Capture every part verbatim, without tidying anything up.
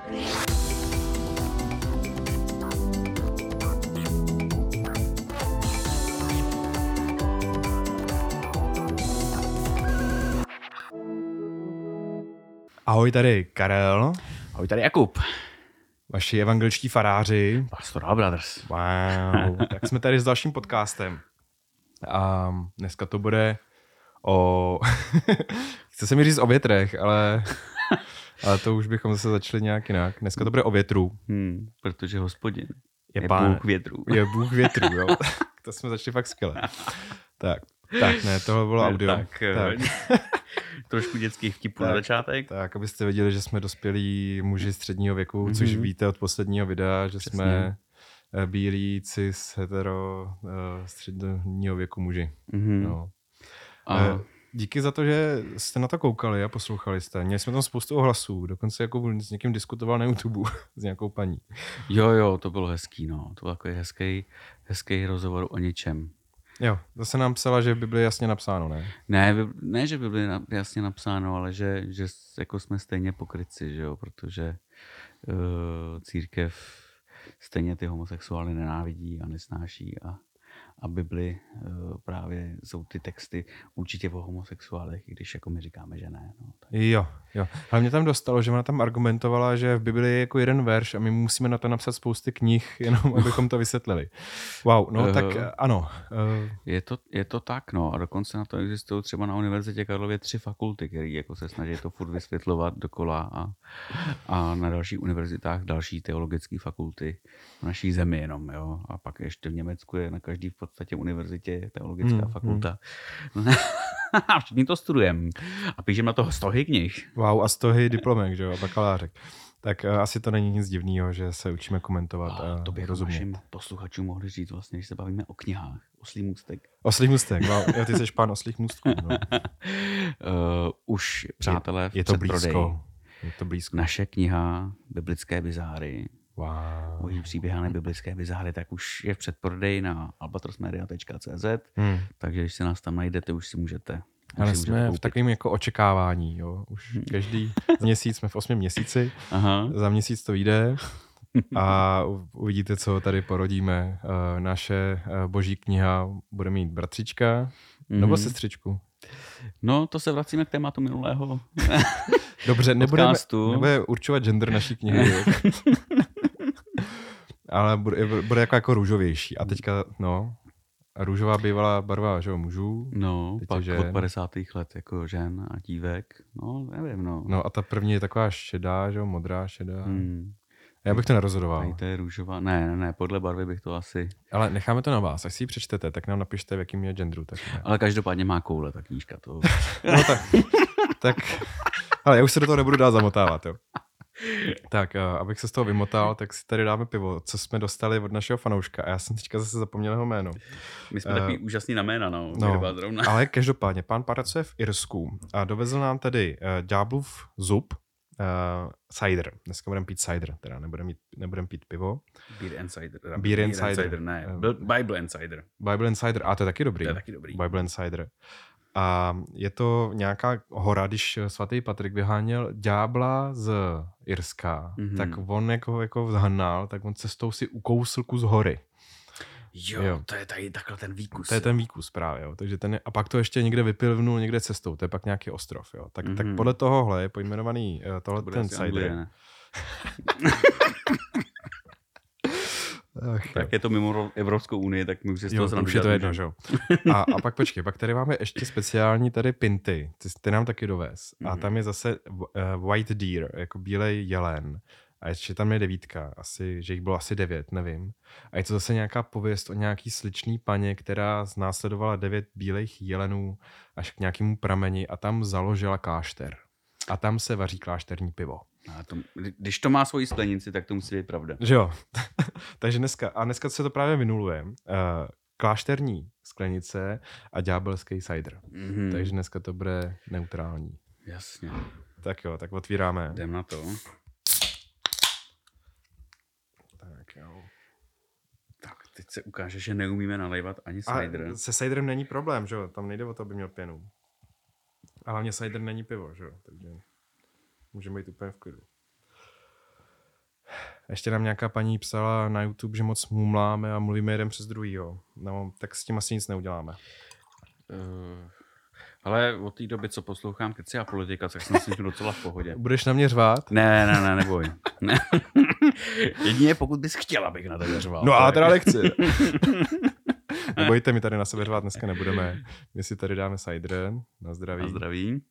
Ahoj, tady Karel. Ahoj, tady Jakub. Vaši evangeličtí faráři. Pastoral Brothers. Wow, tak jsme tady s dalším podcastem. A dneska to bude o... Chce se mi říct o větrech, ale... ale to už bychom zase začali nějak jinak. Dneska to bude o větru. Hmm, protože Hospodin je, je pán, Bůh větrů. Je Bůh větrů, jo. To jsme začali fakt skvěle. Tak, tak ne, tohle bylo audio. Tak, tak. Trošku dětských vtipů na začátek. Tak, abyste věděli, že jsme dospělí muži středního věku, mm-hmm. což víte od posledního videa, že Přesně. jsme bílí, cis, hetero, středního věku muži. Mm-hmm. No. A... Díky za to, že jste na to koukali a poslouchali jste. Měli jsme tam spoustu ohlasů, dokonce jako s někým diskutoval na YouTube s nějakou paní. Jo, jo, to bylo hezký, no. To byl takový hezký, hezký rozhovor o něčem. Jo, zase nám psala, že v Bibli jasně napsáno, ne? Ne, ne že v Bibli jasně napsáno, ale že, že jako jsme stejně pokrytci, že jo, protože uh, církev stejně ty homosexuály nenávidí a nesnáší a a Bibli uh, právě jsou ty texty určitě o homosexuálech, i když jako my říkáme, že ne. No, tak. Jo, jo. Ale mě tam dostalo, že ona tam argumentovala, že v Bibli je jako jeden verš a my musíme na to napsat spousty knih, jenom abychom to vysvětlili. Wow, no uh, tak ano. Uh. Je, to, je to tak, no a dokonce na to existují třeba na Univerzitě Karlově tři fakulty, které jako se snaží to furt vysvětlovat dokola a, a na dalších univerzitách další teologické fakulty v naší zemi jenom, jo. A pak ještě v Německu je na každý v podstatě univerzitě teologická hmm, fakulta. Hmm. A všichni to studujeme. A píšeme na toho stohy knih. Wow, a stohy diplomek, že jo, bakalářek. Tak uh, asi to není nic divného, že se učíme komentovat a, a to bych rozumět. Našim posluchačům mohli říct vlastně, když se bavíme o knihách. Oslý můstek. Oslý můstek, wow. Jo, ty jsi pán oslých můstků. No. uh, už, přátelé, je, je to blízko. Je to blízko. Naše kniha Biblické bizáry. Wow. Mojí příběhané biblické bizáry, tak už je v předprodeji na albatrosmedia tečka cé zet, hmm. takže když se nás tam najdete, už si můžete. Ale jsme můžete v takovém jako očekávání, jo. Už hmm. každý měsíc jsme v osmém měsíci, Aha. za měsíc to vyjde a uvidíte, co tady porodíme. Naše boží kniha bude mít bratřička hmm. nebo sestřičku. No, to se vracíme k tématu minulého. Dobře, nebudeme, nebudeme určovat gender naší knihy. Ale bude, bude jako, jako růžovější. A teďka, no, růžová bývala barva, že jo, mužů. No, pak žen. Od padesátých let jako žen a dívek. No, nevím, no. No a ta první je taková šedá, že jo, modrá, šedá. Hmm. Já bych to nerozhodoval. Tady to je růžová. Ne, ne, ne, podle barvy bych to asi... Ale necháme to na vás. Až si ji přečtete, tak nám napište, v jakým je genderu. Tak ne. Ale každopádně má koule ta knížka. To... no tak, tak... Ale já už se do toho nebudu dát zamotávat, jo. Tak, abych se z toho vymotal, tak si tady dáme pivo, co jsme dostali od našeho fanouška. A já jsem teďka zase zapomněl jeho jméno. My jsme uh, takový úžasný na jména, no. no ale každopádně, pán pracuje v Irsku a dovezl nám tady uh, ďáblův zub, uh, cider. Dneska budeme pít cider, teda nebudeme mít, nebudem pít pivo. Beer and cider. Beer, Beer and cider. cider, ne. Bible and cider. Bible and cider, a to je taky dobrý. To je taky dobrý. Bible and cider. A je to nějaká hora, když svatý Patrik vyháněl ďábla z Irska, mm-hmm. tak on jako, jako zhanal, tak on cestou si ukousl kus hory. Jo, jo, to je tady takhle ten výkus. To je ten výkus právě, jo. Takže ten je, a pak to ještě někde vypilvnul někde cestou, to je pak nějaký ostrov, jo. Tak, mm-hmm. tak podle tohohle je pojmenovaný uh, tohle to ten cider. Ach, tak jo. Je to mimo Evropskou unii, tak my už si z toho jo, už je to jedno, že jo. A, a pak počkej, pak tady máme ještě speciální tady pinty, ty, ty nám taky dovez. Mm-hmm. A tam je zase uh, white deer, jako bílej jelen. A ještě tam je devítka, asi, že jich bylo asi devět, nevím. A je to zase nějaká pověst o nějaký sličný paně, která znásledovala devět bílejch jelenů až k nějakému prameni a tam založila klášter. A tam se vaří klášterní pivo. A to, když to má svoji sklenici, tak to musí být pravda. Že jo. Takže dneska, a dneska se to právě vynuluje. Uh, klášterní sklenice a ďábelský cider. Mm-hmm. Takže dneska to bude neutrální. Jasně. Tak jo, tak otvíráme. Jdem na to. Tak jo. Tak teď se ukáže, že neumíme nalévat ani cider. A se ciderem není problém, že jo? Tam nejde o to, aby měl pěnu. A hlavně cider není pivo, že jo? Takže můžeme být úplně v klidu. Ještě nám nějaká paní psala na YouTube, že moc mumláme a mluvíme jeden přes druhýho. No, tak s tím asi nic neuděláme. Uh, ale od té doby, co poslouchám keci a politika, tak jsem si docela v pohodě. Budeš na mě řvát? Ne, ne, ne, neboj. Ne. Jedině pokud bys chtěla, abych na tebe řval. No a teda nechci. Nebojte, my tady na sebe řvát dneska nebudeme. My si tady dáme cider. Na zdraví. Na zdraví.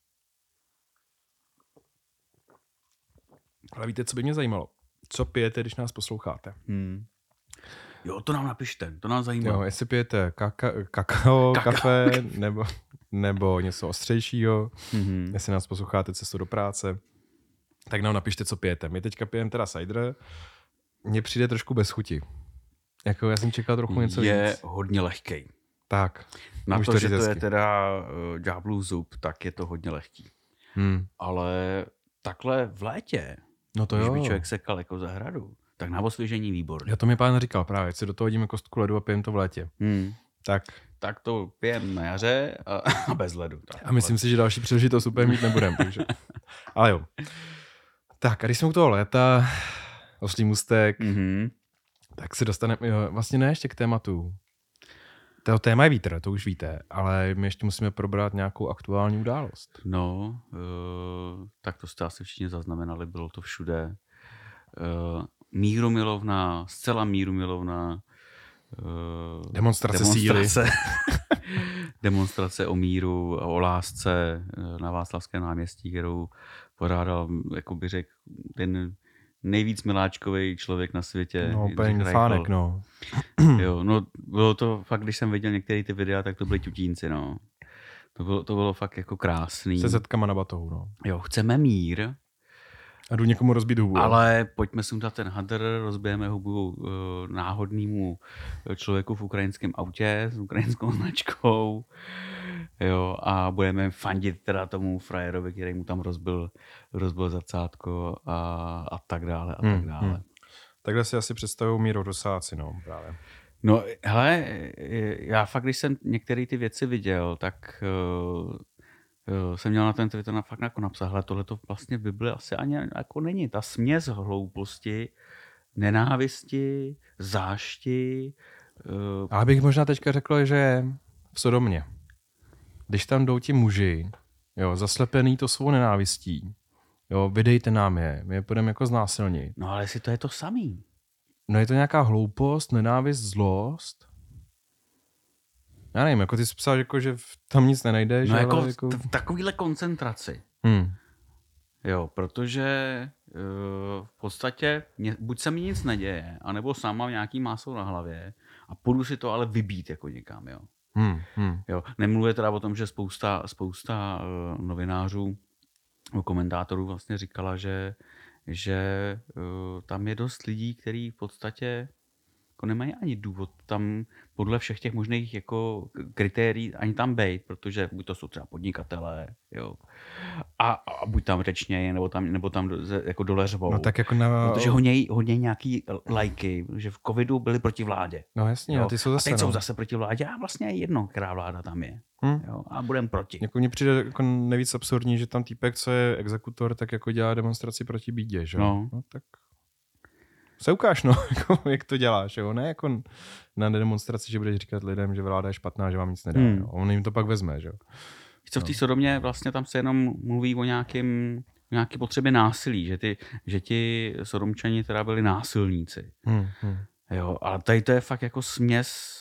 Ale víte, co by mě zajímalo? Co pijete, když nás posloucháte? Hmm. Jo, to nám napište, to nás zajímá. Jo, jestli pijete kaka- kakao, Kaka. kafe, nebo, nebo něco ostřejšího, Mm-hmm. jestli nás posloucháte cestu do práce, tak nám napište, co pijete. My teďka pijeme teda cider, mně přijde trošku bez chuti. Jako já jsem čekal trochu něco Je víc. hodně lehkej. Tak. Na Už to, to že říct to je hezky. teda uh, ďáblův zub, tak je to hodně lehký. Hmm. Ale takhle v létě, No to když jo. by člověk sekal jako zahradu, tak na osvěžení výborně. Já to mi pán říkal právě, si do toho hodíme kostku ledu a pijeme to v létě. Hmm. Tak. Tak to pijem na jaře a, a bez ledu. Tak. A myslím si, že další příležitost úplně mít nebudeme. Takže. Ale jo. Tak a když jsme u toho léta, oslý můstek, Mm-hmm. tak se dostaneme, jo, vlastně ne ještě k tématu. To téma je vítr, to už víte, ale my ještě musíme probrat nějakou aktuální událost. No, uh, tak to jste asi všichni zaznamenali, bylo to všude. Uh, mírumilovná, zcela mírumilovná uh, Demonstrace síly. demonstrace o míru a o lásce uh, na Václavském náměstí, kterou pořádal, jako by řekl, ten nejvíc miláčkový člověk na světě. No, Jindřich úplně Reichl. fánek, no. Jo, no bylo to fakt, když jsem viděl některé ty videa, tak to byly ťutínci, no. To bylo, to bylo fakt jako krásný. Se setkama na batohu, no. Jo, chceme mír, A jdu někomu rozbít hubu. ale pojďme sundat ten hadr, rozbijeme hubu uh, náhodnému člověku v ukrajinském autě s ukrajinskou značkou. Jo, a budeme fandit teda tomu frajerovi, který mu tam rozbil, rozbil zrcátko a, a tak dále a tak dále. Hmm, hmm. Takhle si asi představují míru rusáci, no, právě. No, hele, já fakt, když jsem některé ty věci viděl, tak uh, uh, jsem měl na ten Twitter na, fakt jako napsat, hele, tohle to vlastně v Bibli asi ani jako není. Ta směs hlouposti, nenávisti, zášti. Uh, Ale bych možná teďka řekl, že v Sodomě, když tam jdou ti muži, jo, zaslepený to svou nenávistí, jo, vydejte nám je, my je půjdeme jako znásilnit. no ale jestli to je to samý. No je to nějaká hloupost, nenávist, zlost. Já nevím, jako ty jsi psal, jako, že tam nic nenajdeš. No ale jako, jako... v takovýhle koncentraci. Hmm. Jo, protože uh, v podstatě mě, buď se mi nic neděje, anebo sám mám nějaký máslo na hlavě a půjdu si to ale vybít jako někam, jo. Hmm. Hmm. Jo, nemluvě teda o tom, že spousta, spousta uh, novinářů, komentátorů vlastně říkala, že, že uh, tam je dost lidí, kteří v podstatě jako nemají ani důvod tam podle všech těch možných jako kritérií ani tam bejt, protože buď to jsou třeba podnikatelé, jo, a, a buď tam řečnějí, nebo tam, nebo tam do, jako dole řvou. No tak jako na... Protože honějí honěj nějaký lajky, že v covidu byli proti vládě. No jasně, Jo. a ty jsou zase, a teď no. jsou zase proti vládě a vlastně je jedno, která vláda tam je. Hmm. Jo, a budeme proti. Jako mně přijde jako nejvíc absurdní, že tam týpek, co je exekutor, tak jako dělá demonstraci proti bídě, že? No. no tak se ukáž, no, jako, jak to děláš, jo? Ne jako na demonstraci, že budeš říkat lidem, že vláda je špatná, že vám nic nedá, Hmm. jo? On jim to pak vezme, že jo? Co v té Sodomě vlastně tam se jenom mluví o nějakém o nějaké potřebě násilí, že, ty, že ti Sodomčani teda byli násilníci. Hmm, hmm. Jo, ale tady to je fakt jako směs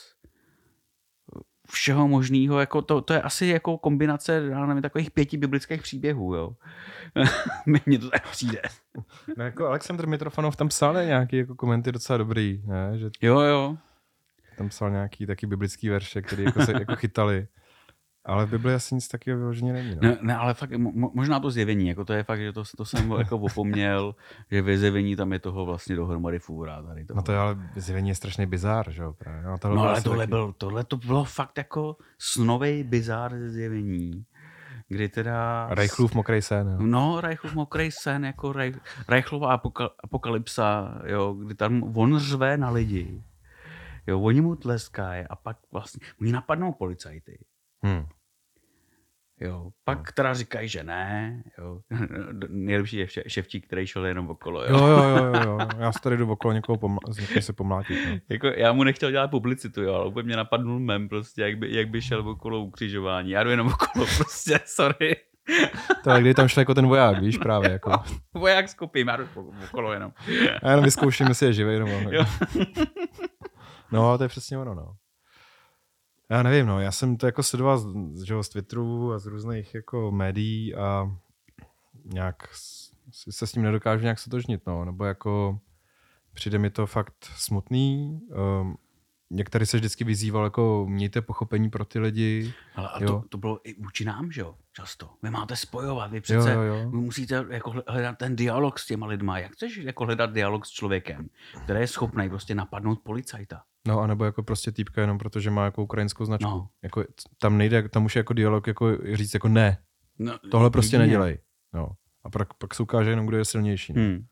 všeho možného, jako to, to je asi jako kombinace, já nevím, takových pěti biblických příběhů, jo. Mně to tak přijde. No jako Aleksandr Mitrofanov tam psal nějaký jako komenty docela dobrý, ne? Že Jo, jo. tam psal nějaký taky biblický verše, který jako se jako chytali. Ale v Bibli asi nic takového vyloženě není. No. Ne, ne, ale fakt, mo, možná to zjevení, jako to je fakt, že to, to jsem jako opomněl, že ve zjevení tam je toho vlastně dohromady fůra. Tady toho. No to je ale zjevení je strašný bizár, že jo? Právě. No, No ale tohle, taky... byl, tohle to bylo fakt jako snovej bizár ze zjevení, kdy teda... Reichlův mokrý sen, jo. No, Reichlův mokrý sen, jako Reich, Reichlova apoka, apokalypsa, jo, kdy tam on řve na lidi. Jo, oni mu tleskají a pak vlastně, oni napadnou policajty. Hmm. Jo, pak no. teda říkají, že ne, jo. Nejlepší je ševčík, který šel jenom okolo, jo. Jo, jo, jo, jo, já se tady jdu okolo někoho pomla- s někým se pomlátit, no. Jako, já mu nechtěl dělat publicitu, jo, ale úplně mě napadnul mem, prostě, jak by, jak by šel okolo ukřižování. Já jdu jenom okolo, prostě, sorry. To je, kdy tam šel jako ten voják, víš, právě, jako. No, voják s kopím, já jdu okolo jenom. Já jenom vyzkouším, jestli je živej, nebo. No, to je přesně ono, no. Já nevím, no, já jsem to jako sledoval z, že, z Twitteru a z různých jako médií a nějak se s tím nedokážu nějak stotožnit, no, nebo jako přijde mi to fakt smutný. Um, některý se vždycky vyzýval, jako mějte pochopení pro ty lidi. Ale, ale to, to bylo i vůči nám, že jo, často. Vy máte spojovat, vy přece jo, jo, jo. Vy musíte jako hledat ten dialog s těma lidma. Jak chceš jako hledat dialog s člověkem, který je schopný prostě napadnout policajta? No, anebo jako prostě týpka jenom protože má jako ukrajinskou značku. No. Jako, tam nejde, tam už je jako dialog jako říct jako ne, no, tohle prostě jedině. nedělej. No. A pak, pak se ukáže jenom, kdo je silnější. No. Hmm.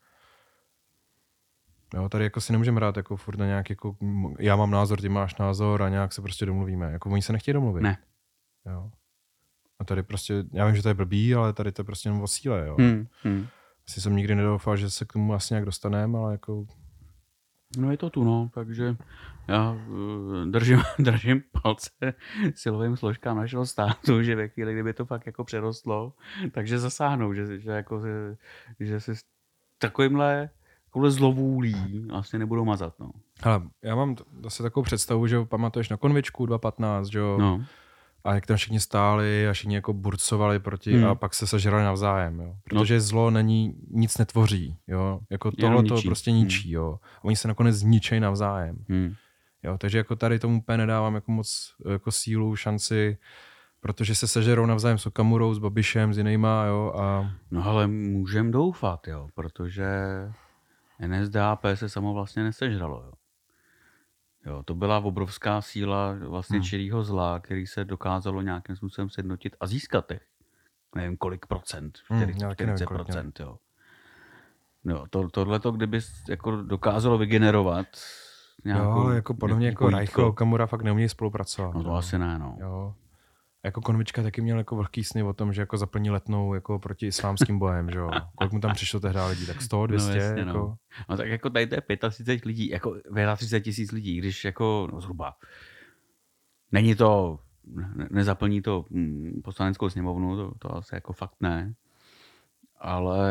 Jo, tady jako si nemůžeme hrát jako furt na nějak jako, já mám názor, ty máš názor a nějak se prostě domluvíme. Jako oni se nechtějí domluvit. Ne. Jo. A tady prostě, já vím, že to je blbý, ale tady to je prostě jenom o síle, jo. Hmm. Hmm. Asi jsem nikdy nedoufal, že se k tomu asi nějak dostaneme, ale jako... No je to tu, no, takže já uh, držím, držím palce silovým složkám našeho státu, že ve chvíli, kdyby to fakt jako přerostlo, takže zasáhnou, že, že, jako, že, že se s takovýmhle takovou zlovůlí vlastně nebudou mazat, no. Ale já mám zase takovou představu, že pamatuješ na konvičku dva patnáct, že jo? No. A jak tam všichni stáli a všichni jako burcovali proti hmm. a pak se sežrali navzájem, jo. Protože no. zlo není, nic netvoří, jo. Jako tohle to prostě ničí, hmm. jo. Oni se nakonec zničejí navzájem. Hmm. Jo, takže jako tady tomu úplně nedávám jako moc jako sílu, šanci, protože se sežerou navzájem s Okamurou, s Babišem, s jinýma, jo. A... No ale můžem doufat, jo, protože N S D A P se samo vlastně nesežralo, jo. Jo, to byla obrovská síla vlastně hmm. čirýho zla, který se dokázalo nějakým způsobem sjednotit a získat těch, nevím kolik procent, čtyřicet procent, jo. No, to, tohleto, kdyby jako dokázalo vygenerovat nějakou... Jo, ale jako podobně jako Rajcho, Okamura fakt neumějí spolupracovat. No to no. asi ne, no. Jo. Jako Konvička taky měl jako velký sny o tom, že jako zaplní Letnou jako proti islámským bojem, že jo. Kolik mu tam přišlo tehdy lidí, tak sto, dvě stě, no, jasně, jako. No. no tak jako tady to je třicet pět lidí, jako třicet tisíc lidí, když jako, no zhruba, není to, ne, nezaplní to poslaneckou sněmovnu, to, to asi jako fakt ne, ale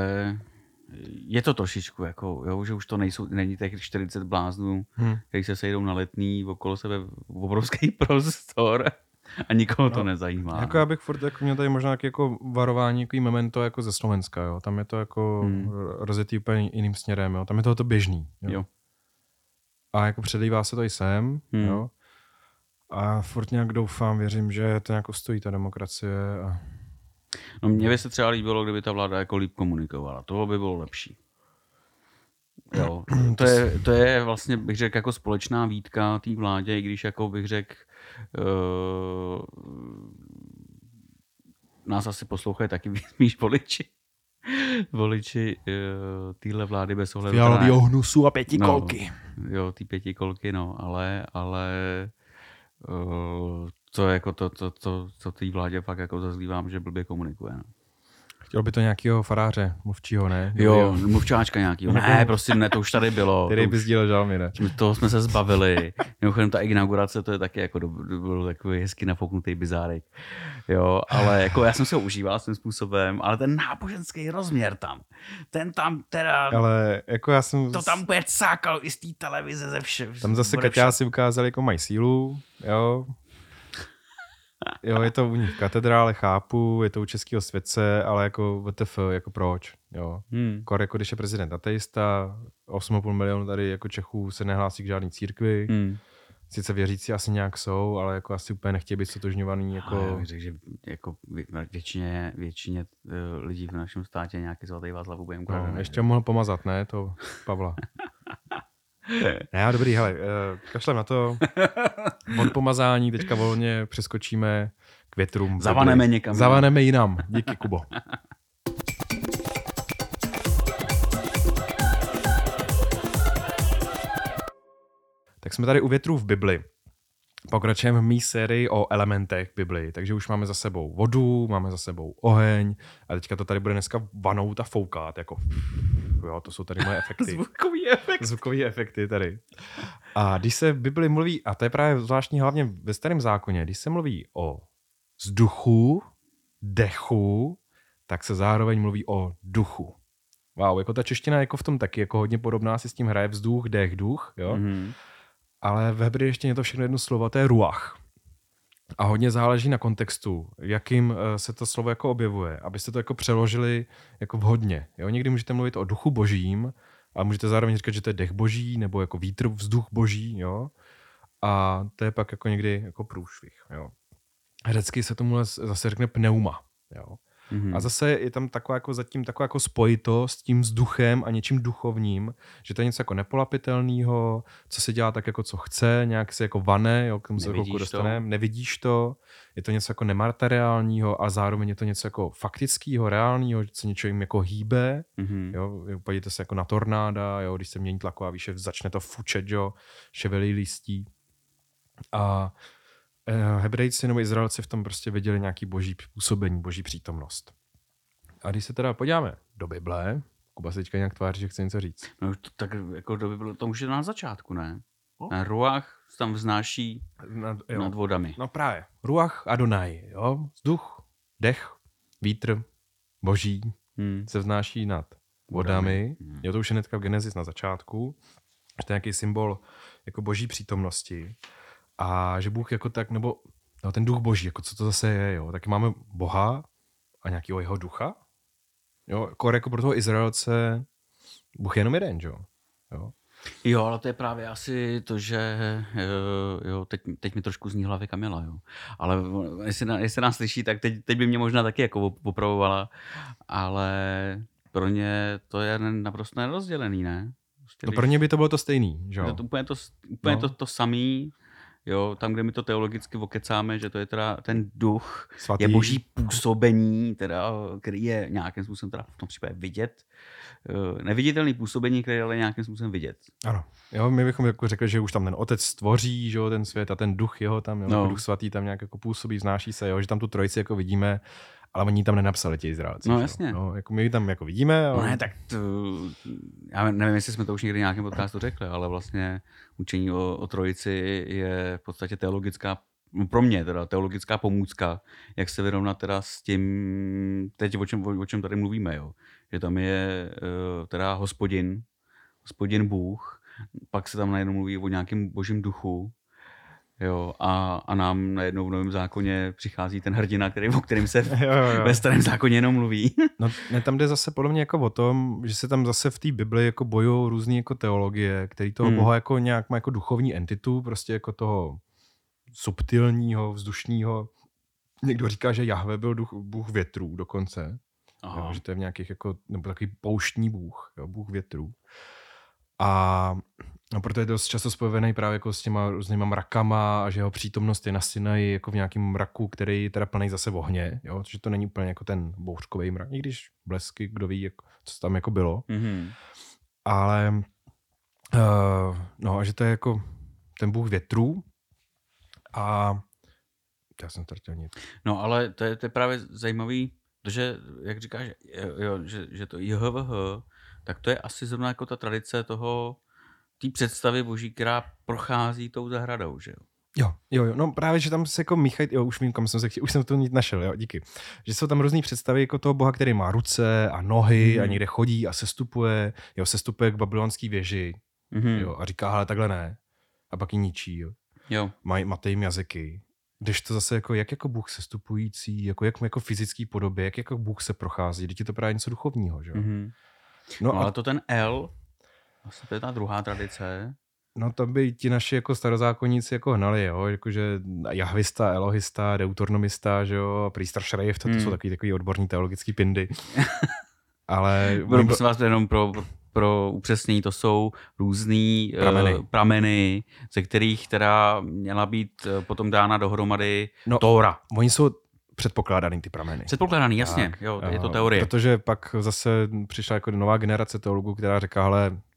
je to trošičku, jako, jo, že už to nejsou, není těch čtyřicet bláznů, hmm. kteří se sejdou na Letný, okolo sebe obrovský prostor. A nikoho to no, nezajímá. Jako já bych furt jako měl tady možná jako varování, jako memento jako ze Slovenska, jo. Tam je to jako hmm. rozjetý úplně jiným směrem, jo. Tam je to běžný, jo. jo. A jako předlívá se to i sem, hmm. jo. A furt nějak doufám, věřím, že to nějak stojí ta demokracie. A... No mně by se třeba líbilo, kdyby ta vláda jako líp komunikovala. To by bylo lepší. Jo. To je, to je vlastně, bych řekl, jako společná výtka té vládě, i když jako bych řekl, Uh, nás asi poslouchají taky spíš voliči. Voliči uh, týhle vlády bez ohledu. Fialovýho hnusu a pětikolky. No, jo, ty pětikolky, no, ale, ale uh, to je jako to, to, to, co té vládě fakt jako zazlívám, že blbě komunikuje. No. Chtěl by to nějakého faráře, mluvčího, ne? Jo, mluvčáčka nějakýho. Ne, prosím, ne, to už tady bylo. Který by sdílel žalmy, ne? Toho jsme se zbavili. Mimochodem ta inaugurace, to je taky jako byl takový hezky nafouknutý bizárek. Jo, ale jako já jsem si ho užíval svým způsobem, ale ten náboženský rozměr tam, ten tam teda... Ale jako já jsem... To tam bude cákal i z té televize ze všem. Tam zase Kaťáci ukázali, jako mají sílu, jo. Jo, je to u nich v katedrále, chápu, je to u českého světce, ale jako W T F, jako proč, jo. Hmm. Kor jako když je prezident ateista, osm a půl milionu tady jako Čechů se nehlásí k žádný církvi, hmm. sice věřící asi nějak jsou, ale jako asi úplně nechtějí být stotožňovaný. Jako... Já bych řekl, že jako většině, většině lidí v našem státě nějaký svatý Václav budeme no, ještě mohl pomazat, ne, to Pavla. Ne, dobrý, hele, kašlem na to. Od pomazání teďka volně přeskočíme k větrům. Zavaneme někam. Zavaneme jinam. Díky, Kubo. Tak jsme tady u větrů v Bibli. pokračujeme v mý sérii o elementech v Biblii, takže už máme za sebou vodu, máme za sebou oheň a teďka to tady bude dneska vanout a foukat, jako jo, to jsou tady moje efekty. Zvukový efekt. Zvukový efekty tady. A když se v Biblii mluví, a to je právě zvláštní hlavně ve Starém zákoně, když se mluví o vzduchu, dechu, tak se zároveň mluví o duchu. Wow, jako ta čeština jako v tom taky jako hodně podobná, si s tím hraje vzduch, dech, duch, jo. Mm-hmm. Ale v Hebrejštině ještě je to všechno jedno slovo, to je ruach. A hodně záleží na kontextu, jakým se to slovo jako objevuje, abyste to jako přeložili jako vhodně. Jo? Někdy můžete mluvit o duchu božím a můžete zároveň říkat, že to je dech boží nebo jako vítr, vzduch boží. Jo? A to je pak jako někdy jako průšvih. Jo? Řecky se tomu zase řekne pneuma. Jo? Mm-hmm. A zase je tam taková jako zatím taková jako spojitost s tím vzduchem a něčím duchovním, že to je něco jako nepolapitelného, co se dělá tak jako co chce, nějak se jako vane, jo, k tomu se chvilku dostaneme, nevidíš to, je to něco jako nemateriálního a zároveň je to něco jako faktického, reálního, že se něčím jako hýbe, mm-hmm. jo, podívejte se jako na tornáda, jo, když se mění tlaková výše, začne to fučet, jo, ševelí listí a Hebrejci nebo Izraelci v tom prostě viděli nějaký boží působení, boží přítomnost. A když se teda podíváme do Bible, Kuba se teďka nějak tváří, že chce něco říct. No to, tak jako do Bible, to už je na začátku, ne? No. Na ruach tam vznáší nad, nad vodami. No právě. Ruach Adonai, jo? Vzduch, dech, vítr, boží hmm. se vznáší nad vodami. Hmm. Jo, to už je hnedka v Genesis na začátku. Že to je nějaký symbol jako boží přítomnosti. A že Bůh jako tak, nebo no, ten duch boží, jako co to zase je, jo. Taky máme Boha a nějakého jeho ducha. Jo, jako, jako pro toho Izraelce Bůh je jenom jeden, jo. jo. Jo, ale to je právě asi to, že jo, teď, teď mi trošku zní hlavy Kamila, jo. Ale jestli, jestli nás slyší, tak teď, teď by mě možná taky jako popravovala, ale pro ně to je naprosto nerozdělený, ne? Prostě, no pro ně by to bylo to stejný, že jo. Je to úplně to, úplně no. to, to samý. Jo, tam, kde my to teologicky okecáme, že to je teda ten duch, svatý. Je boží působení, teda, který je nějakým způsobem teda v tom případě vidět. Neviditelný působení, který je ale nějakým způsobem vidět. Ano. Jo, my bychom jako řekli, že už tam ten otec stvoří, že jo, ten svět a ten duch jeho tam, jo, no. duch svatý tam nějak jako působí, vznáší se, jo, že tam tu trojici jako vidíme, ale oni tam nenapsali ti Izraelci. No jasně. No, jako my tam jako vidíme. Ale... No ne, tak to, já nevím, jestli jsme to už někdy v nějakém podcastu řekli, ale vlastně učení o, o trojici je v podstatě teologická, pro mě teda teologická pomůcka, jak se vyrovnat teda s tím, teď o čem, o čem tady mluvíme, jo. Že tam je teda hospodin, hospodin Bůh, pak se tam najednou mluví o nějakém božím duchu, jo, a, a nám najednou v Novém zákoně přichází ten hrdina, který, o kterém se v, jo, jo. ve Starém zákoně jenom mluví. No, ne, tam jde zase podle mě jako o tom, že se tam zase v té Bibli jako bojují různý jako teologie, který toho hmm. Boha jako nějak má jako duchovní entitu, prostě jako toho subtilního, vzdušního. Někdo říká, že Jahve byl duch, bůh větrů dokonce. Jo, že to je v nějakých jako, nebo takový pouštní bůh, jo, bůh větrů. A no, proto je dost často spojený právě jako s těma různýma mrakama a že jeho přítomnost je na Sinaji jako v nějakém mraku, který teda plný zase v ohně, jo, že to není úplně jako ten bouřkový mrak, i když blesky, kdo ví, jako, co tam jako bylo. Mm-hmm. Ale uh, no a že to je jako ten bůh větrů a já jsem ztratil nic. No ale to je, to je právě zajímavý, protože jak říkáš, jo, že, že to J H V H, tak to je asi zrovna jako ta tradice toho, té představy boží, která prochází tou zahradou, že jo? Jo, jo, jo, no právě, že tam se jako míchají, jo, už vím, kam jsem se chtěl, už jsem to našel, jo, díky. Že jsou tam různý představy jako toho boha, který má ruce a nohy mm. a někde chodí a sestupuje, jo, sestupuje k babylonský věži, mm. jo, a říká, hele, takhle ne, a pak ji ničí, jo. Jo. Mají matej jazyky. Když to zase jako, jak jako Bůh sestupující, jako, jak jako fyzický podobě, jak jako Bůh se prochází, když je to právě něco duchovního, že jo. Mm. No, no a... ale to ten L, vlastně to je ta druhá tradice. No to by ti naši jako starozákonníci jako hnali, jo, jakože jahvista, elohista, deuteronomista, že jo, prístar šrejf, to, to hmm. jsou takový, takový odborní teologický pindy. Ale... Budu prosím vás jenom pro, pro upřesnění, to jsou různý prameny. Uh, prameny, ze kterých teda měla být potom dána dohromady no, Tóra. Oni jsou předpokládaný ty prameny. Předpokládaný, jasně, tak, jo, je to teorie. Protože pak zase přišla jako nová generace teologů, která říká, hele,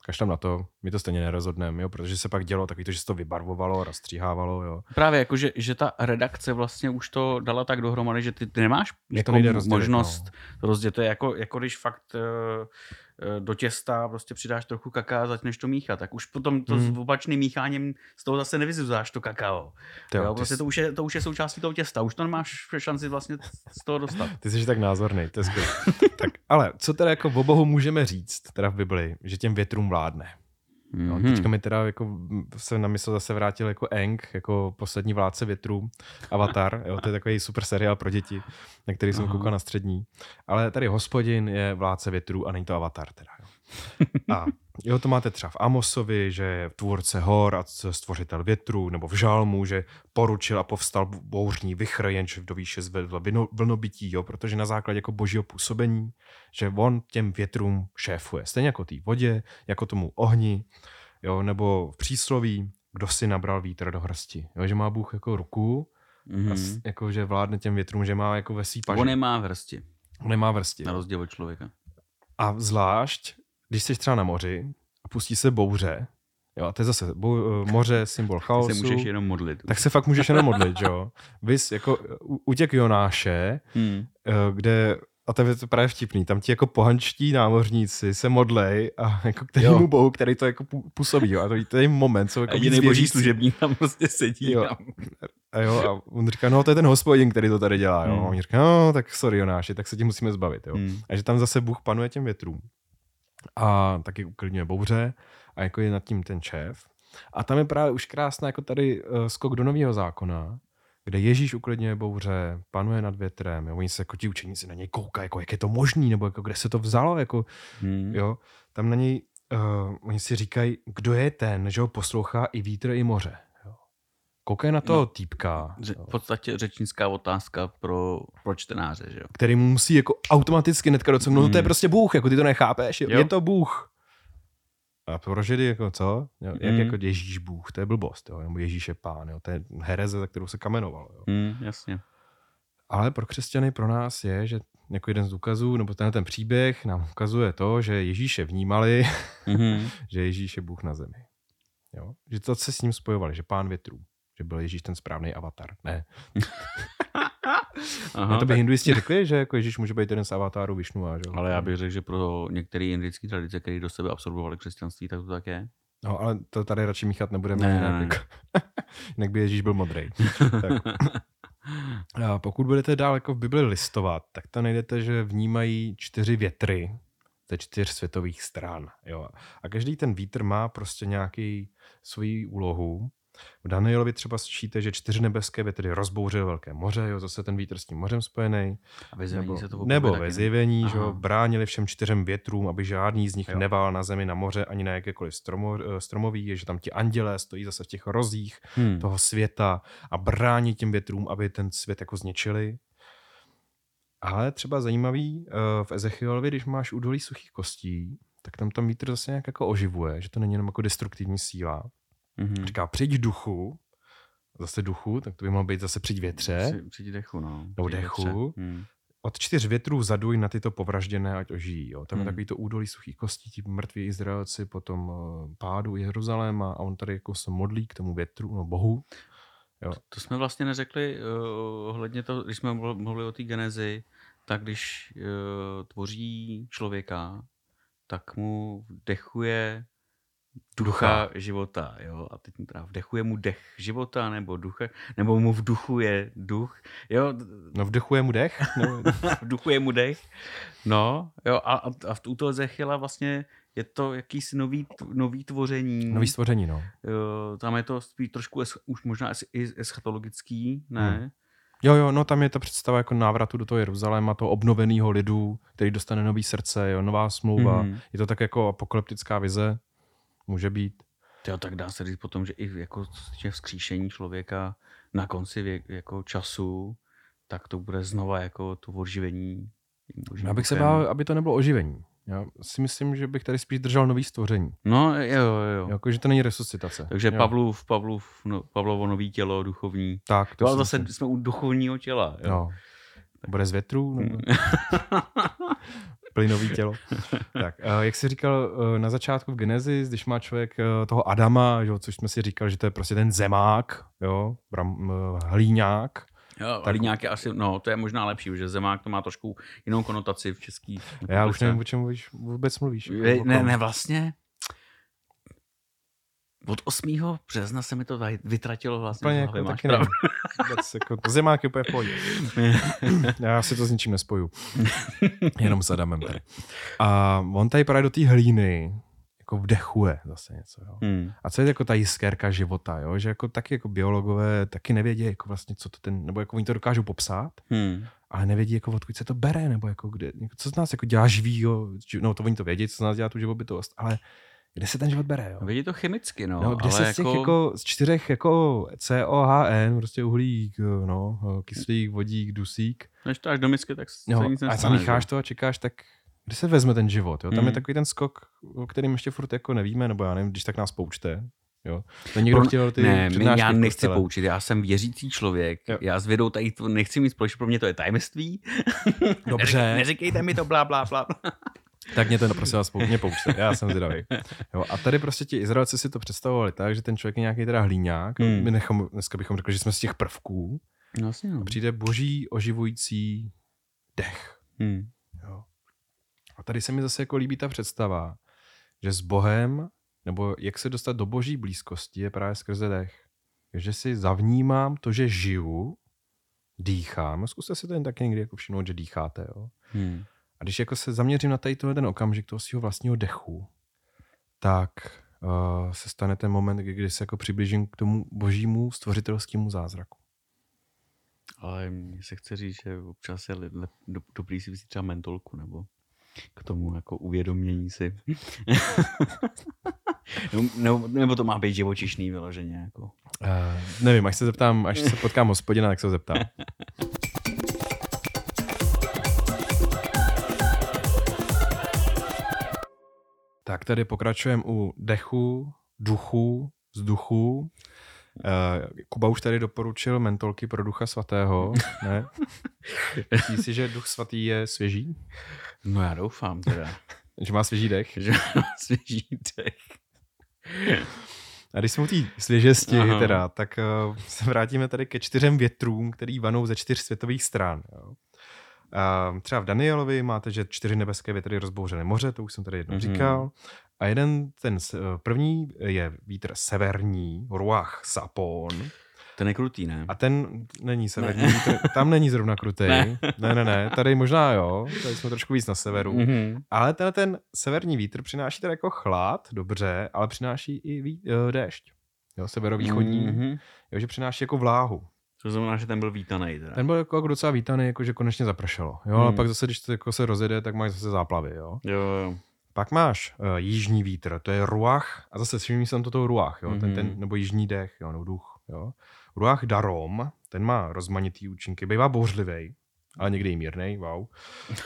kašlem na to, my to stejně nerozhodneme, jo, protože se pak dělo takový to, že se to vybarvovalo, rozstříhávalo, jo. Právě jako, že, že ta redakce vlastně už to dala tak dohromady, že ty, ty nemáš Že to jako nejde rozdělit, možnost no. rozdělit. To je jako, jako když fakt uh, do těsta prostě přidáš trochu kaká a začneš to míchat, tak už potom to Hmm. s opačným mícháním z toho zase nevyzuzáš to kakao. Jo, Jo, ty prostě jsi- to už, je, to už je součástí toho těsta, už to nemáš šanci vlastně z toho dostat. Ty jsi tak názorný, to je skvělé. Tak, ale co teda jako o Bohu můžeme říct, teda v Bibli, že těm větrům vládne? No, Mhm. teďka mi teda jako se na mysl zase vrátil jako Aang, jako poslední vládce větrů, Avatar, jo, to je takový super seriál pro děti, na který jsem Aha. koukal na střední. Ale tady Hospodin je vládce větrů a není to Avatar teda. Jo. A jo, to máte třeba v Amosovi, že je tvůrce hor a stvořitel větrů, nebo v Žalmu, že poručil a povstal bouřní vichr, jenž do výše zvedl vino- vlnobytí, jo, protože na základě jako božího působení, že on těm větrům šéfuje. Stejně jako té vodě, jako tomu ohni, jo, nebo v přísloví, kdo si nabral vítr do hrsti. Jo, že má Bůh jako ruku, Mhm. a s, jako, že vládne těm větrům, že má jako ve svý paži. On nemá v hrsti, On nemá vrsti. na Jo. rozdíl od člověka. A zvlášť, když jsi třeba na moři a pustí se bouře, jo, a to je zase bou, moře, symbol Ty chaosu, se můžeš jenom modlit. tak se fakt můžeš jenom modlit, jo. Vys jako u- útěk Jonáše, Hmm. eh, kde, a to je to právě vtipný, tam ti jako pohančtí námořníci se modlej a jako kterému Jo. bohu, který to jako pů- působí, jo. A to, to je moment, co A jako jediný víc boží věřící- služebník tam prostě sedí. Jo. Tam. A jo, a on říká, no to je ten Hospodin, který to tady dělá, jo. Hmm. A on říká, no tak sorry Jonáši, tak se tím musíme zbavit, jo. Hmm. A že tam zase Bůh panuje těm větrům. A taky uklidňuje bouře a jako je nad tím ten šéf. A tam je právě už krásná jako tady uh, skok do Nového zákona, kde Ježíš uklidňuje bouře, panuje nad větrem, jo. Oni se jako ti učeníci na něj koukají, jako jak je to možný, nebo jako kde se to vzalo, jako, Hmm. jo. Tam na něj, uh, oni si říkají, kdo je ten, že ho poslouchá i vítr, i moře. Jo. Koukají na toho No. týpka, Ře- jo, v podstatě řečnická otázka pro, pro čtenáře, že jo? který mu musí jako automaticky hnedka docuknout, no to je Hmm. prostě Bůh, jako ty to nechápeš, jo? Jo. Je to Bůh. A pro Židy jako co? Jo, jak Hmm. jako Ježíš Bůh, to je blbost, jo? Nebo Ježíš je pán, jo? To je hereze, za kterou se kamenoval. Jo? Hmm, jasně. Ale pro křesťany, pro nás je, že jako jeden z důkazů, nebo tenhle ten příběh nám ukazuje to, že Ježíše vnímali, Mhm. že Ježíš je Bůh na zemi. Jo? Že to se s ním spojovali, že pán větrů, že byl Ježíš ten správný avatar. Ne. Aha, to by tak- hinduisti řekli, že jako Ježíš může být jeden z avatárů Višnua. Že? ale já bych řekl, že pro některé indické tradice, které do sebe absorbovali křesťanství, tak to tak je. No, ale to tady radši míchat nebudeme. Ne, jinak, ne, ne. Jako, jinak by Ježíš byl modrej. Tak. A pokud budete dál jako v Bibli listovat, tak tam najdete, že vnímají čtyři větry ze čtyř světových stran. Jo. A každý ten vítr má prostě nějaký svoji úlohu. V Danielovi třeba sčíte, že čtyři nebeské větry rozbouřily velké moře, jo, zase ten vítr s tím mořem spojený. A ve zjevení Nebo, se to opakuje nebo taky, ve ne? zjevení, že jo, Aha. bránili všem čtyřem větrům, aby žádný z nich Jo. nevál na zemi, na moře, ani na jakékoliv stromo, eh, stromoví, je, že tam ti andělé stojí zase v těch rozích Hmm. toho světa a brání těm větrům, aby ten svět jako zničili. Ale třeba zajímavý, eh, v Ezechielovi, když máš údolí suchých kostí, tak tam tam vítr zase nějak jako oživuje, že to není jenom jako destruktivní síla. Mhm. Říká, přijď duchu, zase duchu, tak to by mohlo být zase přijď větře. Při, přijď dechu, no. Nebo Přijď dechu. větře. Hmm. Od čtyř větrů zaduj na tyto povražděné, ať ožijí. Jo. Tam je Hmm. takový to údolí suchých kostí, ti mrtví Izraelci po tom uh, pádu Jeruzaléma a on tady jako se modlí k tomu větru, no bohu. Jo. To jsme vlastně neřekli uh, ohledně toho, když jsme mluv- mluvili o té genezi, tak když uh, tvoří člověka, tak mu vdechuje ducha, ducha života, jo, a teď mu teda vdechuje mu dech života, nebo ducha, nebo mu vduchuje duch, jo, No vdechuje mu dech. No, vduchuje mu dech, no, jo, a, a, a v u toho Ezechiela vlastně je to jakýsi nový, nový tvoření. nový stvoření, no. Jo, tam je to spíš trošku es, už možná es, i eschatologický, ne? Hmm. Jo, jo, no tam je ta představa jako návratu do toho Jeruzaléma, toho obnoveného lidu, který dostane nový srdce, jo, nová smlouva. Mhm. Je to tak jako apokalyptická vize, může být. Jo, tak dá se říct potom, že i jako že vzkříšení člověka na konci věk, jako času, tak to bude znova jako to oživení. božím Já bych se duchem. bál, aby to nebylo oživení. Já si myslím, že bych tady spíš držel nový stvoření. No, jo, jo, jo. Jako, že to není resuscitace. Takže jo. Pavlův, Pavlův, no, Pavlovo nový tělo, duchovní. Tak, To ale si zase myslím. jsme u duchovního těla. Jo. No. Bude z větru? Nebo... plynový tělo. Tak, jak jsi říkal na začátku v Genesis, když má člověk toho Adama, že, což jsme si říkali, že to je prostě ten zemák, jo, bram, hlíňák. Jo, tak... hlíňák je asi, no, to je možná lepší, že zemák to má trošku jinou konotaci v český. Já už nevím, o čem vůbec mluvíš. Je, ne, ne, vlastně. Od osmého března se mi to vytratilo vlastně. Úplně jako taky nevím. Vůbec, jako, zemák je úplně v pohodě. Já si to s ničím nespoju. Jenom s Adamem tady. A on tady právě do té hlíny jako vdechuje zase něco. Jo. Hmm. A co je jako ta jiskérka života, jo? Že jako taky jako biologové taky nevědí, jako vlastně, co to ten, nebo jako oni to dokážou popsat, hmm. ale nevědí, jako odkud se to bere, nebo jako kde, co z nás jako dělá živýho, no to oni to vědí, co z nás dělá tu živobytost, ale kde se ten život bere, jo? Vidí to chemicky, no. no kde ale se z těch jako... jako z čtyřech jako C O H N, prostě uhlík, no, kyslík, vodík, dusík. Než to až do misky, tak se no, nic nestane. A zamícháš to a čekáš, tak kde se vezme ten život, jo? Tam mm. je takový ten skok, o kterým ještě furt jako nevíme, nebo já nevím, když tak nás poučte. Jo. To někdo Pro... chtěl ty ne, já nechci poučit, já jsem věřící člověk, jo. Já s vědou tady to nechci mít společně, pro mě to je tajemství. Dobře. Neříkejte mi to blá, blá, blá. Tak mě to prosím vás mě poučte, já jsem zvědavý. Jo, a tady prostě ti Izraelci si to představovali tak, že ten člověk je nějaký teda hlíňák. Hmm. My nechom, dneska bychom řekli, že jsme z těch prvků. Vlastně, no. A přijde boží oživující dech. Hmm. Jo. A tady se mi zase jako líbí ta představa, že s Bohem, nebo jak se dostat do boží blízkosti, je právě skrze dech. Že si zavnímám to, že žiju, dýchám. Zkuste si to jen taky někdy jako všimnout, že dýcháte. Jo. Hmm. A když jako se zaměřím na tady tohle ten okamžik toho svého vlastního dechu, tak uh, se stane ten moment, kdy se jako přiblížím k tomu božímu stvořitelskému zázraku. Ale mně se chce říct, že občas je do, do, dobrý si vzít třeba mentolku, nebo k tomu jako uvědomění si. nebo, nebo to má být živočišný vyloženě. Jako. Uh, nevím, až se zeptám, až se potkám hospodina, tak se ho zeptám. Tak tady pokračujeme u dechu, duchu, vzduchu. Uh, Kuba už tady doporučil mentolky pro Ducha svatého. Ne? Myslíš si, že Duch svatý je svěží? No já doufám teda. Že má svěží dech? Že má svěží dech. A když jsme u té svěžesti, teda, tak uh, se vrátíme tady ke čtyřem větrům, který vanou ze čtyř světových stran. Jo. Uh, třeba v Danielovi máte, že čtyři nebeské větry rozbouřily moře, to už jsem tady jednou mm-hmm. říkal. A jeden, ten první je vítr severní, Ruach Sapon. Ten je krutý, ne? A ten není severní ne. vítr, tam není zrovna krutý. Ne. ne, ne, ne, tady možná jo, tady jsme trošku víc na severu. Mm-hmm. Ale ten, ten severní vítr přináší tady jako chlad, dobře, ale přináší i ví, uh, déšť. Jo, severovýchodní, mm-hmm. jo, že přináší jako vláhu. To znamená, že ten byl vítaný. Teda. Ten byl jako, jako docela vítaný, jako že konečně zapršelo. Jo, hmm. ale pak zase, když to jako se rozjede, tak máš zase záplavy. Jo, jo, jo. Pak máš uh, jižní vítr, to je Ruach, a zase všimni jsem toto Ruach, jo, mm-hmm. ten, ten, nebo jižní dech, jo, nebo duch. Jo. Ruach Darom, ten má rozmanitý účinky, bývá bouřlivý, ale někdy i mírnej, wow. uh,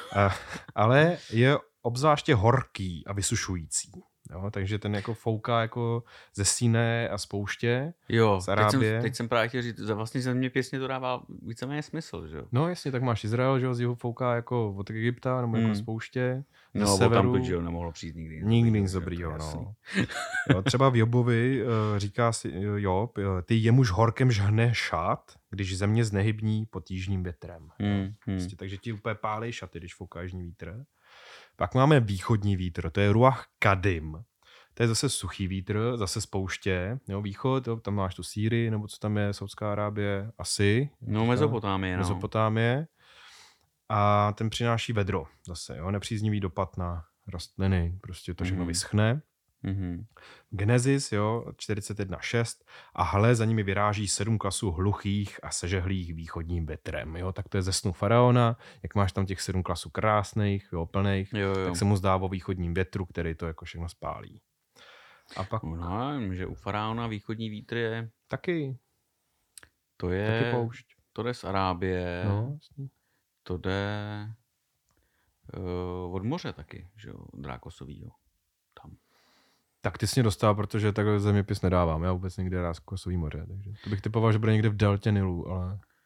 ale je obzvláště horký a vysušující. Jo, takže ten jako fouká jako ze Síné a z pouště, jo, z Arábie. Teď jsem, teď jsem právě chtěl říct, za vlastně zeměpisně to dává víceméně smysl, že jo? No jasně, tak máš Izrael, že jo, z jihu fouká jako od Egypta, nebo mm. jako z pouště. No, z severu. Tam, že jo, nemohlo přijít nikdy. Nikdy nic dobrýho, no. Jo, třeba v Jobovi uh, říká si Job, ty jemuž horkem žhne šat, když země znehybní pod jižním větrem. Mm. Prostě, takže ti úplně pálej šaty, když fouká jižní vítr. Pak máme východní vítr, to je Ruach Kadim. To je zase suchý vítr, zase z pouště. Jo, východ, jo, tam máš tu Sýrii, nebo co tam je, Saudská Arábie, asi. No, Mezopotámie. No. Mezopotámie. A ten přináší vedro zase, jo, nepříznivý dopad na rostliny, prostě to všechno mm. vyschne. Mm-hmm. Genesis, jo, čtyřicet jedna šest a hle, za nimi vyráží sedm klasů hluchých a sežehlých východním větrem, jo, tak to je ze snu faraona, jak máš tam těch sedm klasů krásných, jo, plných, jo, jo. Tak se mu zdá o východním větru, který to jako všechno spálí. A pak... No, že u faraona východní vítr je... Taky. To je... Taky poušť. To jde z Arábie. No, jasný. To jde uh, od moře taky, že jo, Drákosovýho. Tam. Tak ty jsi mě dostal, protože takhle zeměpis nedávám. Já vůbec někde Drákosový moře. Takže to bych typoval, že bude někde v deltě Nilu, ale...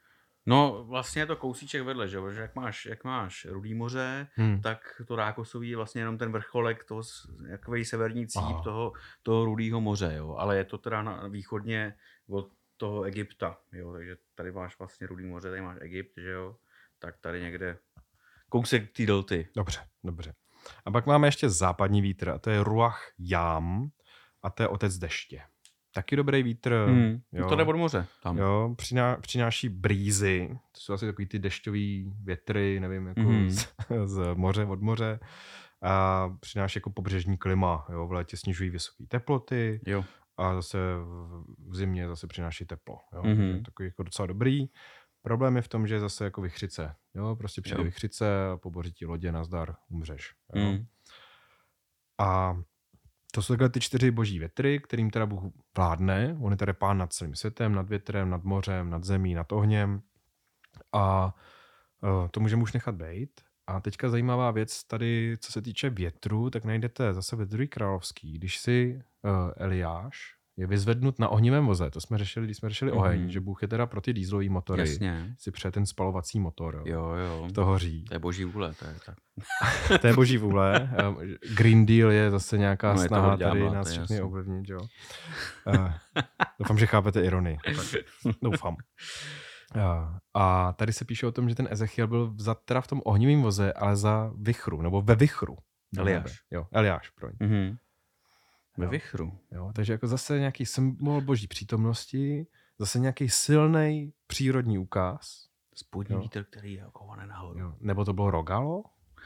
No vlastně je to kousíček vedle, že, že jak máš, jak máš Rudý moře, hmm. tak to Rákosový je vlastně jenom ten vrcholek, toho, jakovej severní cíp toho, toho Rudýho moře, jo. Ale je to teda na, východně od toho Egypta, jo. Takže tady máš vlastně Rudý moře, tady máš Egypt, že jo. Tak tady někde kousek té delty. Dobře, dobře. A pak máme ještě západní vítr, a to je Ruach Jám, a to je otec deště. Taky dobrý vítr. Hmm, jo. To jde od moře. Tam. Jo, přiná, přináší brýzy, to jsou asi takový ty dešťový větry, nevím, jako hmm. z, z moře, od moře. A přináší jako pobřežní klima, jo, v létě snižují vysoké teploty jo. a zase v, v zimě zase přináší teplo. Jo. Hmm. Takový jako docela dobrý. Problém je v tom, že je zase jako vichřice. Jo, prostě přijde vichřice a poboří ti lodě, nazdar, umřeš. Jo. Hmm. A to jsou takhle ty čtyři boží větry, kterým teda Bůh vládne. On je tady pán nad celým světem, nad větrem, nad mořem, nad zemí, nad ohněm. A uh, to můžeme už nechat být. A teďka zajímavá věc tady, co se týče větru, tak najdete zase ve druhý královský. Když si uh, Eliáš je vyzvednut na ohnivém voze, to jsme řešili, když jsme řešili mm-hmm. oheň, že Bůh je teda pro ty dýzlový motory. Jasně. Si přeje ten spalovací motor. Jo, jo. jo. To hoří. To je boží vůle. To je, tak. To je boží vůle. Green Deal je zase nějaká no, snaha ďábla, tady nás všechny ovlivnit. Jo. Uh, doufám, že chápete ironii. Doufám. Uh, a tady se píše o tom, že ten Ezechiel byl vzat teda v tom ohnivém voze, ale za vichru, nebo ve vichru. Eliáš. Jo, Eliáš, proň. Mm-hmm. Ve vichru. Jo, takže jako zase nějaký symbol boží přítomnosti, zase nějaký silný přírodní úkaz. Spodní vítr, který je okovaný nahoru. Jo. Nebo to bylo Rogalo?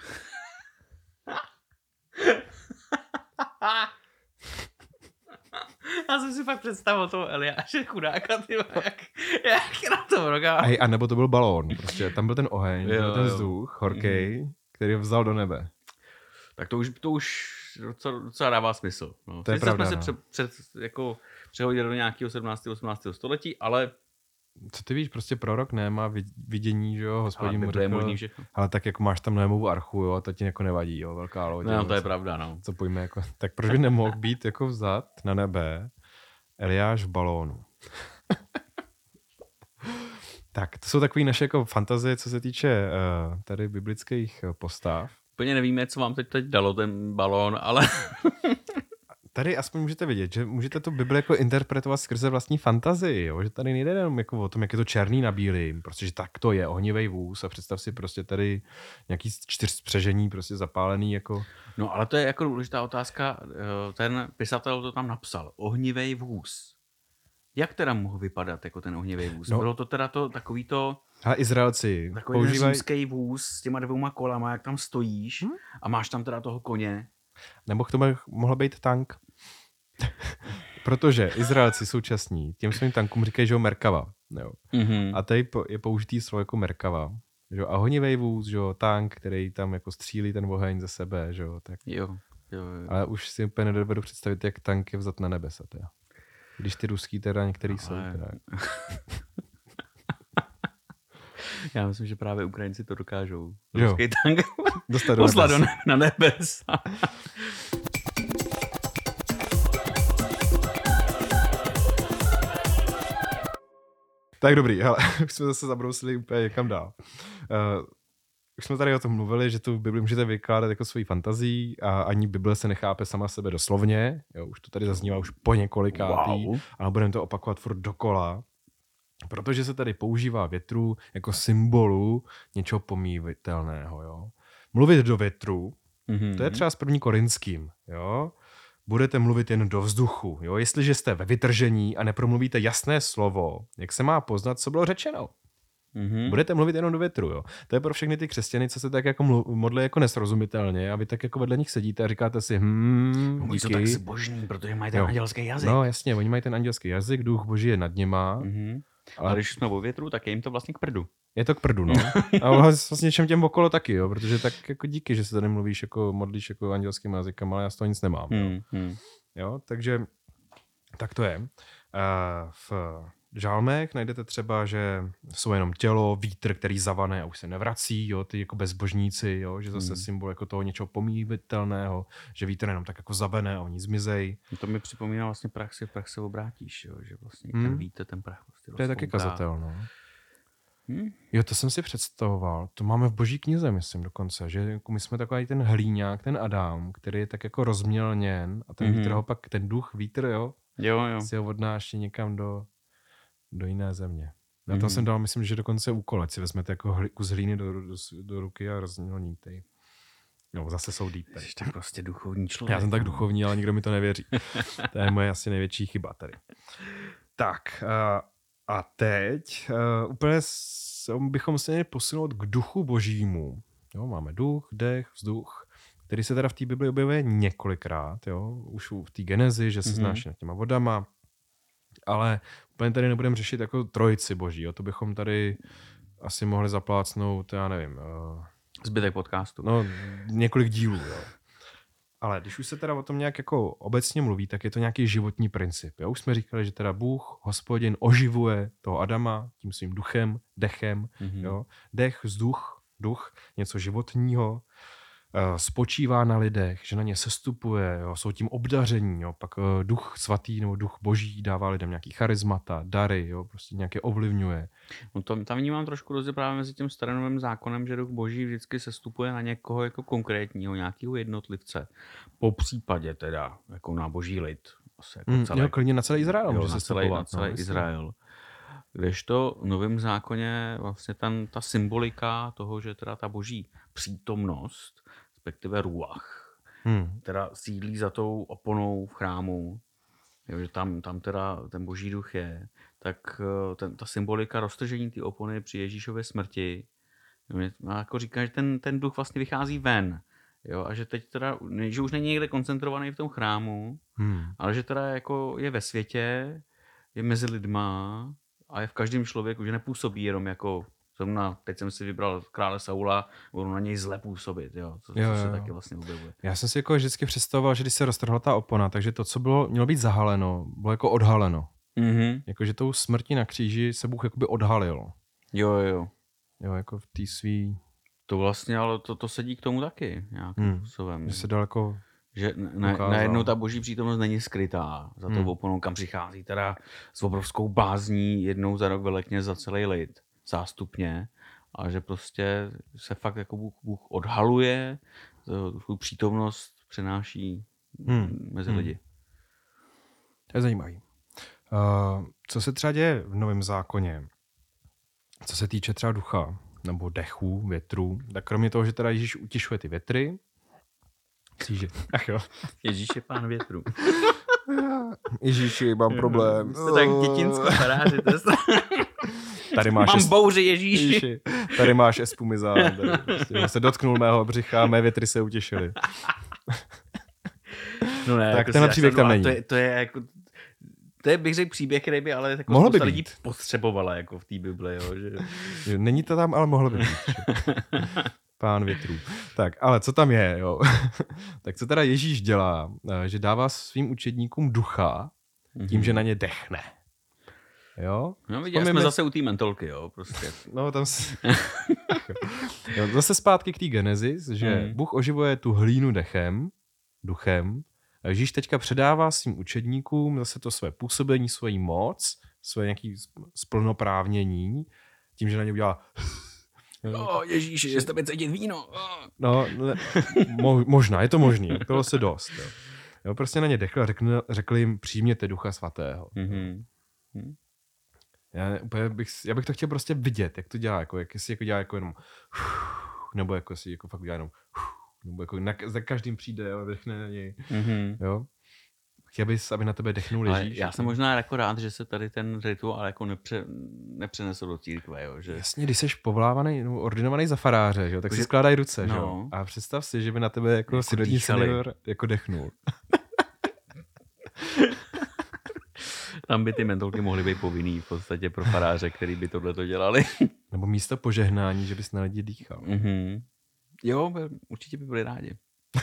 Já jsem si fakt představil toho Eliáše chudáka, tyba, jak, jak na tom Rogalo. A, a nebo to byl balón, prostě tam byl ten oheň, jo, ten vzduch, horkej, mm. který ho vzal do nebe. Tak to už, to už docela, docela dává smysl. No. To je pravda, jsme no. se před, před, jako, přehodili do nějakého sedmnáctého osmnáctého století, ale... Co ty víš, prostě prorok nemá vidění, že jo, Hospodin mu řekl, možný všechno. Ale tak jako máš tam Noémovu archu, jo, to ti jako nevadí, jo, velká loď. No, to je pravda, no. Co pojme, jako, tak proč by nemohl být jako vzat na nebe Eliáš v balónu? Tak, to jsou takové naše jako fantazie, co se týče uh, tady biblických postav. Úplně nevíme, co vám teď, teď dalo ten balón, ale... Tady aspoň můžete vidět, že můžete tu Bibli jako interpretovat skrze vlastní fantazii, jo? Že tady nejde jenom jako o tom, jak je to černý na bílým, protože tak to je ohnivej vůz a představ si prostě tady nějaký čtyř spřežení prostě zapálený jako... No ale to je jako důležitá otázka, ten pisatel to tam napsal, ohnivej vůz. Jak teda mohl vypadat jako ten ohnivej vůz? No. Bylo to teda to takový to... Ale Izraelci takový používaj... římský vůz s těma dvouma kolama, jak tam stojíš hmm? a máš tam teda toho koně. Nebo k tomu mohl být tank. Protože Izraelci současní těm svým tankům říkají, že jo, Merkava. Jo. Mm-hmm. A tady je použitý slovo jako Merkava. Že jo, a honivej vůz, že jo, tank, který tam jako střílí ten oheň ze sebe, že jo. Tak. Jo, jo, jo. Ale už si úplně nedovedu představit, jak tank je vzat na nebesa. Teda. Když ty ruský teda některý no, jsou. Teda. Já myslím, že právě Ukrajinci to dokážou. Ruský tank dostat poslat do na nebes. Tak dobrý, hele, už jsme zase zabrousili úplně někam dál. Uh, už jsme tady o tom mluvili, že tu Bibli můžete vykládat jako svojí fantazí a ani Bible se nechápe sama sebe doslovně. Jo, už to tady zaznívá už po několikátý, wow. Ale budeme to opakovat furt dokola. Protože se tady používá větru jako symbolu něčeho pomíjitelného. Jo? Mluvit do větru, mm-hmm. to je třeba s první Korinským. Jo? Budete mluvit jen do vzduchu. Jo? Jestliže jste ve vytržení a nepromluvíte jasné slovo, jak se má poznat, co bylo řečeno? Mm-hmm. Budete mluvit jenom do větru. Jo? To je pro všechny ty křesťany, co se tak jako modlí jako nesrozumitelně a vy tak jako vedle nich sedíte a říkáte si hm, díky. Oni jsou tak zbožní, protože mají ten jo. andělský jazyk. No jasně, oni mají ten andělský jazyk, duch boží je nad nima. Mm-hmm. Ale když jsme o větru, tak je jim to vlastně k prdu. Je to k prdu, no. A vlastně všem těm okolo taky, jo, protože tak jako díky, že se tady mluvíš jako, modlíš jako andělským jazykem, ale já z toho nic nemám. Hmm, jo. Hmm. jo, takže tak to je. Uh, v žálmech najdete třeba, že jsou jenom tělo, vítr, který zavane a už se nevrací, jo, ty jako bezbožníci, jo, že zase hmm. symbol jako toho něčeho pomíjitelného, že vítr jenom tak jako zavene a oni zmizej. To mi připomíná vlastně praxi, prach se obrátíš, jo, že vlastně hmm. ten vítr, ten prach. Vlastně to je taky kazatel, no. Hmm? Jo, to jsem si představoval. To máme v Boží knize, myslím dokonce, že jako my jsme takový ten hlíňák, ten Adam, který je tak jako rozmělněn a ten mm-hmm. vítr ho pak, ten duch, vítr, jo, jo, jo. si ho odnáší někam do, do jiné země. Na tom mm-hmm. jsem dal, myslím, že dokonce úkol, ať si vezmete jako hli, kus hlíny do, do, do ruky a rozmělníte ji. No, zase jsou deep. Jsi tak prostě duchovní člověk. Já jsem tak duchovní, ale nikdo mi to nevěří. To je moje asi největší chyba tady. Tak, uh, a teď uh, úplně s, bychom se měli posunout k duchu božímu. Jo, máme duch, dech, vzduch, který se teda v té Bibli objevuje několikrát. Jo? Už v té Genezi, že se mm-hmm. znáší nad těma vodama. Ale úplně tady nebudeme řešit jako trojici boží. Jo? To bychom tady asi mohli zaplácnout, já nevím. Uh, Zbytek podcastu. No, několik dílů. Jo? Ale když už se teda o tom nějak jako obecně mluví, tak je to nějaký životní princip. Jo? Už jsme říkali, že teda Bůh, Hospodin, oživuje toho Adama tím svým duchem, dechem. Mm-hmm. Jo? Dech, vzduch, duch, něco životního, spočívá na lidech, že na ně sestupuje, jo? Jsou tím obdaření. Jo? Pak duch svatý nebo duch boží dává lidem nějaký charizmata, dary, jo? Prostě nějaké ovlivňuje. No to, tam vnímám trošku rozdíl právě mezi tím staronovým zákonem, že duch boží vždycky sestupuje na někoho jako konkrétního, nějakého jednotlivce. Po případě teda, jako na boží lid. Asi jako mm, celé, jo, klidně na celý Izrael jo, může na celý, na celý no, Izrael. Kdežto v novém zákoně vlastně tam ta symbolika toho, že teda ta boží přítomnost, respektive ruach, hmm. teda sídlí za tou oponou v chrámu, jo, že tam, tam teda ten boží duch je, tak ten, ta symbolika roztržení té opony při Ježíšově smrti, jo, jako říká, že ten, ten duch vlastně vychází ven, jo, a že teď teda, že už není někde koncentrovaný v tom chrámu, hmm. ale že teda jako je ve světě, je mezi lidma a je v každém člověku, že nepůsobí jenom jako zrovna, teď jsem si vybral krále Saula, budu na něj zle působit, jo, co, jo, co se jo. taky vlastně objevuje. Já jsem si jako vždycky představoval, že když se roztrhla ta opona, takže to, co bylo, mělo být zahaleno, bylo jako odhaleno. Mm-hmm. Jako, že tou smrtí na kříži se Bůh jakoby odhalil. Jo, jo. Jo, jako v té svý... To vlastně, ale to, to sedí k tomu taky nějakým hmm. způsobem. Že se dal jako... Že na, najednou ta boží přítomnost není skrytá za tou hmm. oponou, kam přichází teda s obrovskou bázní jednou za rok velekně za celý lid, zástupně, a že prostě se fakt jako Bůh, Bůh odhaluje, tu přítomnost přenáší hmm. mezi hmm. lidi. To je zajímavý. Uh, co se třeba děje v Novém zákoně, co se týče třeba ducha, nebo dechů, větrů, tak kromě toho, že teda Ježíš utišuje ty větry, Cíže. Ach jo. Ježíš je pán větru. Ježíši, mám problém. Jste tak dětinsko faráři. Tady máš mám es... bouři, Ježíši. Ježíši. Tady máš espumizán. Tady prostě se dotknul mého břicha, mé větry se utěšily. No ne, tak jako tenhle příběh tam není. To je, to je jako... To je, bych řekl, příběh, který by ale jako spousta by lidí potřebovala jako v té Bibli. Jo, že... Není to tam, ale mohlo by být. Pán větrů. Tak, ale co tam je, jo? Tak co teda Ježíš dělá? Že dává svým učedníkům ducha tím, mm-hmm. že na ně dechne. Jo? No viděli jsme zase u té mentolky, jo, prostě. No tam s... jo, zase zpátky k té Genesis, že mm. Bůh oživuje tu hlínu dechem, duchem. A Ježíš teďka předává svým učedníkům zase to své působení, svoji moc, svoje nějaké splnoprávnění, tím, že na ně udělá O, Ježíši, že jste by cítit víno. No, ne, mo, možná, je to možný. Bylo se dost. Jo. Jo, prostě na ně dechl a řekl, řekl jim, přijměte Ducha Svatého. Mm-hmm. Já, úplně bych, já bych to chtěl prostě vidět, jak to dělá. Jako, jak si jako dělá jako jenom nebo jako si jako fakt dělá jenom nebo jako na, za každým přijde a dechne na něj. Mm-hmm. Jo. Chtěl bys, aby na tebe dechnul Ježíš. Já jsem možná jako rád, že se tady ten rituál jako nepře, nepřenesl do církve. Jo, že... Jasně, když jsi povolávaný, no, ordinovaný za faráře, že? Tak si skládají ruce. No. Že? A představ si, že by na tebe jako, jako synodní senior jako dechnul. Tam by ty mentolky mohly být povinný v podstatě pro faráře, který by tohleto dělali. Nebo místo požehnání, že bys na lidi dýchal. Mm-hmm. Jo, určitě by byli rádi.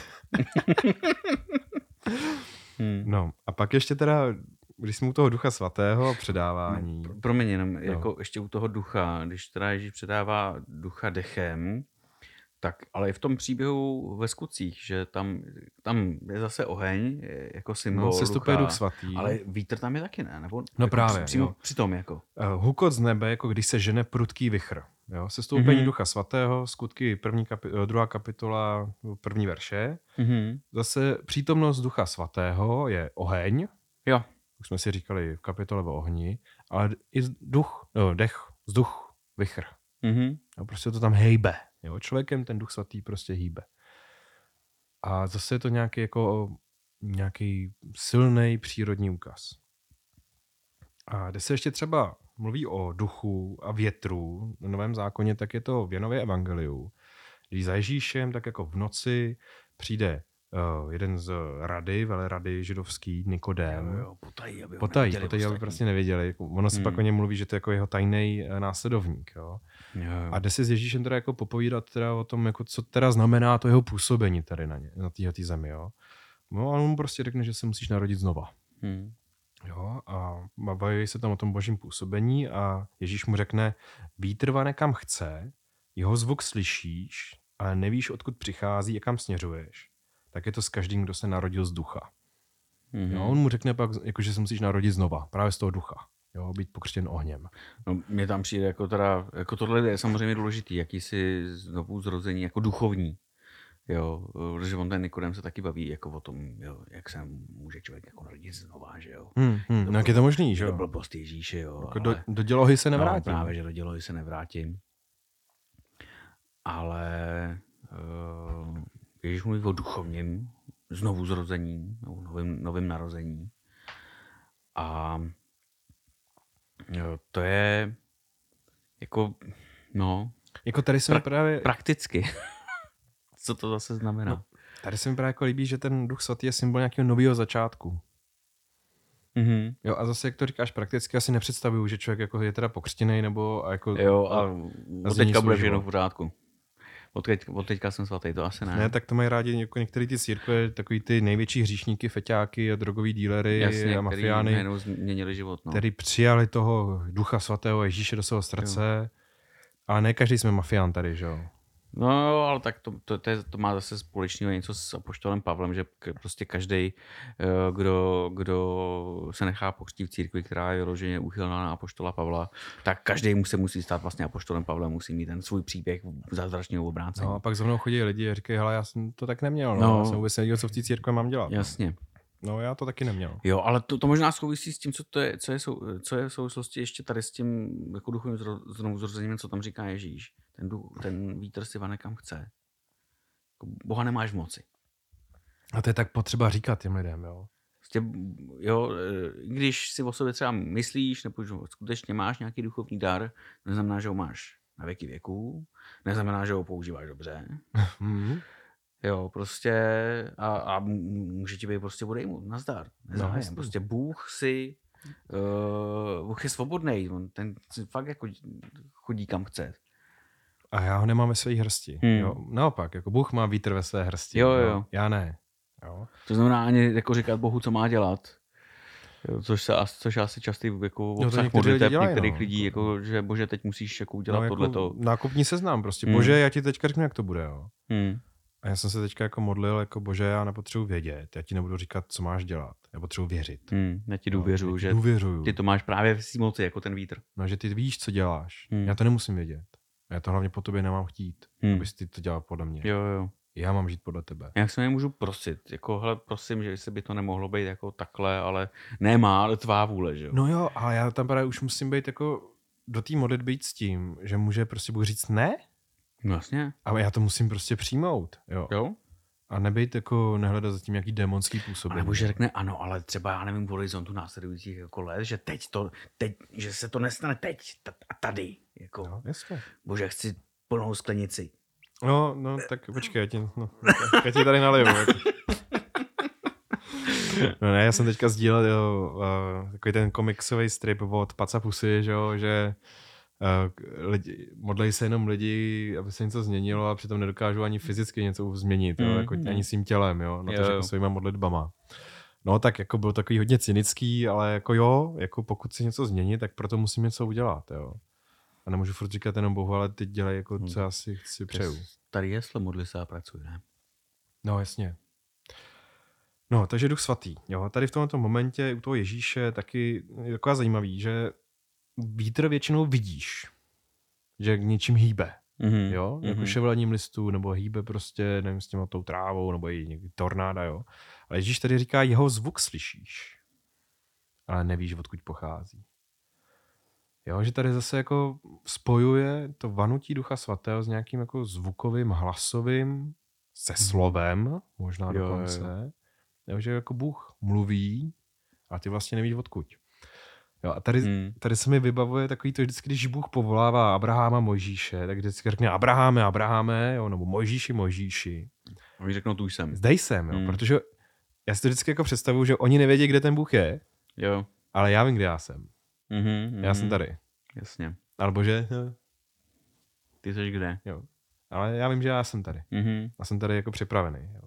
Hmm. No a pak ještě teda, když jsme u toho Ducha Svatého a předávání. No, promiň, jenom no. jako ještě u toho ducha, když teda Ježíš předává ducha dechem, Tak, ale i v tom příběhu ve Skutcích, že tam, tam je zase oheň jako symbol. No, se stupuje duch svatý. Ale vítr tam je taky, ne? Nebo no jako právě. Při, přitom jako. Uh, hukot z nebe, jako když se žene prudký vichr. Jo? Se stoupení mm-hmm. ducha svatého, Skutky první kapi- druhá kapitola, první verše. Mm-hmm. Zase přítomnost ducha svatého je oheň. Jo. Už jsme si říkali v kapitole o ohni. Ale i duch, no, dech, vzduch, vichr. Mm-hmm. Jo, prostě to tam hejbe. Jo? Člověkem ten duch svatý prostě hýbe. A zase je to nějaký jako nějaký silný přírodní úkaz. A kde se ještě třeba mluví o duchu a větru v Novém zákoně, tak je to v Janově evangeliu. Když za Ježíšem, tak jako v noci přijde uh, jeden z rady, velerady židovský, Nikodém. Jo, jo, potají, aby potají, potají, potají aby prostě nevěděli. Ono se hmm. pak o něm mluví, že to je jako jeho tajný uh, následovník. Jo? Jo, jo. A jde si s Ježíšem teda jako popovídat teda o tom, jako co teda znamená to jeho působení tady na, ně, na této zemi. Jo? No a on mu prostě řekne, že se musíš narodit znova. Hmm. Jo, a baví se tam o tom božím působení a Ježíš mu řekne, vítr vane kam chce, jeho zvuk slyšíš, ale nevíš, odkud přichází a kam směřuješ. Tak je to s každým, kdo se narodil z ducha. Mm-hmm. Jo, on mu řekne pak, jako, že se musíš narodit znova, právě z toho ducha. Jo, být pokřtěn ohněm. No, mně tam přijde jako teda, jako tohle je samozřejmě důležitý, jakýsi znovu zrození, jako duchovní. Jo, protože on ten Nikodem se taky baví jako o tom, jo, jak se může člověk jako narodit znova, že jo. Hmm, hmm, no jak je to možný, že jo. To blbost Ježíše, jo. Jako do, do dělohy se nevrátím. No, právě, že do dělohy se nevrátím. Ale uh, Ježíš mluví o duchovním znovu zrození, o novým, novým narození. A jo, to je jako, no. Jako tady se mi pra- právě... Prakticky. Co to zase znamená? No, tady se mi právě jako líbí, že ten duch svatý je symbol nějakého nového začátku. Mm-hmm. Jo, a zase, jak to říkáš prakticky, asi nepředstavuju, že člověk jako je teda pokřtěnej nebo a jako... Jo, a, a od teďka bude všechno v život. pořádku. Od, teď, od teďka jsem svatý, to asi ne. Ne, tak to mají rádi jako některé ty církve, takový ty největší hříšníky, feťáky a drogový dílery. Jasně, a mafiány, který změnili život. No. Který přijali toho ducha svatého Ježíše do svého srdce. Jo. Ale ne každý jsme mafián tady, že jo? No, ale tak to, to, to, je, to má zase společného něco s apoštolem Pavlem, že prostě každý, kdo, kdo se nechá pokřtít v církvi, která je vyloženě úchylná na apoštola Pavla, tak každý mu se musí stát vlastně apoštolem Pavlem, musí mít ten svůj příběh zázračného obrácení. No a pak za mnou chodí lidi a říkají, hele, já jsem to tak neměl, no. no Já jsem vůbec nevěděl, co v té církvi mám dělat. Jasně. No já to taky neměl. Jo, ale to, to možná souvisí s tím, co, to je, co, je, co je v souvislosti ještě tady s tím jako duchovým znovu zrozením, co tam říká Ježíš. Ten, duch, ten vítr si vane kam chce. Boha nemáš v moci. A to je tak potřeba říkat těm lidem, jo. Prostě, jo, když si o sobě třeba myslíš, nebo že skutečně máš nějaký duchovní dar, neznamená, že ho máš na věky věků, neznamená, že ho používáš dobře. Mm-hmm. Jo, prostě a, a může ti být prostě odejmut, nazdar, nezájem. No, prostě Bůh si, uh, Bůh je svobodnej, on ten fakt jako chodí kam chce. A já ho nemám ve své hrsti. Hmm. Jo. Naopak, jako Bůh má vítr ve své hrsti. Jo, jo. Já ne. Jo. To znamená ani jako říkat Bohu, co má dělat. Jo, což se což asi častý jako no, obsah modliteb některých no. lidí, jako, že bože, teď musíš jako udělat no, jako tohleto. Nákupní seznam prostě. Hmm. Bože, já ti teďka řeknu, jak to bude. Jo. Hmm. A já jsem se teďka jako modlil, jako bože, já nepotřebuji vědět. Já ti nebudu říkat, co máš dělat. Já potřebuji věřit. Hmm. Já ti důvěřuju, no, že důvěřuju. ty to máš právě v svý moci, jako ten vítr. No, že ty víš, co děláš. Hmm. Já to nemusím vědět. Já to hlavně po tobě nemám chtít, hmm. abys ty to dělal podle mě. Jo, jo. Já mám žít podle tebe. Jak se nemůžu prosit. Jako, hele, prosím, že by to nemohlo být jako takhle, ale nemá, ale tvá vůle, že jo. No jo, a já tam právě už musím být jako do té modlitby být s tím, že může prostě Bůh říct ne. No jasně. Ale já to musím prostě přijmout, jo. Jo. A nebejt jako nehledat za tím nějaký démonský působení. A nebo že řekne ano, ale třeba já nevím v horizontu následujících jako let, že teď to, teď, že se to nestane teď a tady, jako. No, jasně. Bože, chci plnou sklenici. No, no, tak počkej, já ti, no, já ti tady naliju. No ne, já jsem teďka sdílel jo, uh, takový ten komiksový strip od Paca Pusy, že, jo, že uh, lidi, modlí se jenom lidi, aby se něco změnilo a přitom nedokážou ani fyzicky něco změnit, jo, mm, jako mm. ani svým tělem, jo, na to, že jako svýma modlitbama. No tak jako byl takový hodně cynický, ale jako jo, jako pokud si něco změní, tak proto musím něco udělat, jo. A nemůžu furt říkat jenom Bohu, ale teď dělej jako, co já si, si přeju. Tady je modli se a pracuje, ne? No jasně. No, takže Duch svatý. Jo, tady v tomto momentě u toho Ježíše taky je taková zajímavý, že vítr většinou vidíš, že k něčím hýbe. Mm-hmm. Jo, jako mm-hmm. ševelením listů, nebo hýbe prostě, nevím, s těma tou trávou, nebo i někdy tornáda, jo. Ale Ježíš tady říká, jeho zvuk slyšíš, ale nevíš, odkud pochází. Jo, že tady zase jako spojuje to vanutí Ducha svatého s nějakým jako zvukovým, hlasovým, se slovem, možná jo, dokonce. Jo. Jo, že jako Bůh mluví a ty vlastně nevíš odkud. Jo, a tady, hmm. tady se mi vybavuje takový to, vždycky, když Bůh povolává Abraháma, Mojžíše, tak vždycky řekne Abraháme, Abraháme, jo, nebo Mojžíši, Mojžíši. A oni řeknou, tu jsem. Zdej jsem, jo, hmm. protože já si to vždycky jako představuju, že oni nevědí, kde ten Bůh je, jo. ale já vím, kde já jsem. Mm-hmm, já jsem tady. Jasně. Alebo že... Jo. Ty jsi kde? Jo. Ale já vím, že já jsem tady. Mm-hmm. A jsem tady jako připravený. Jo.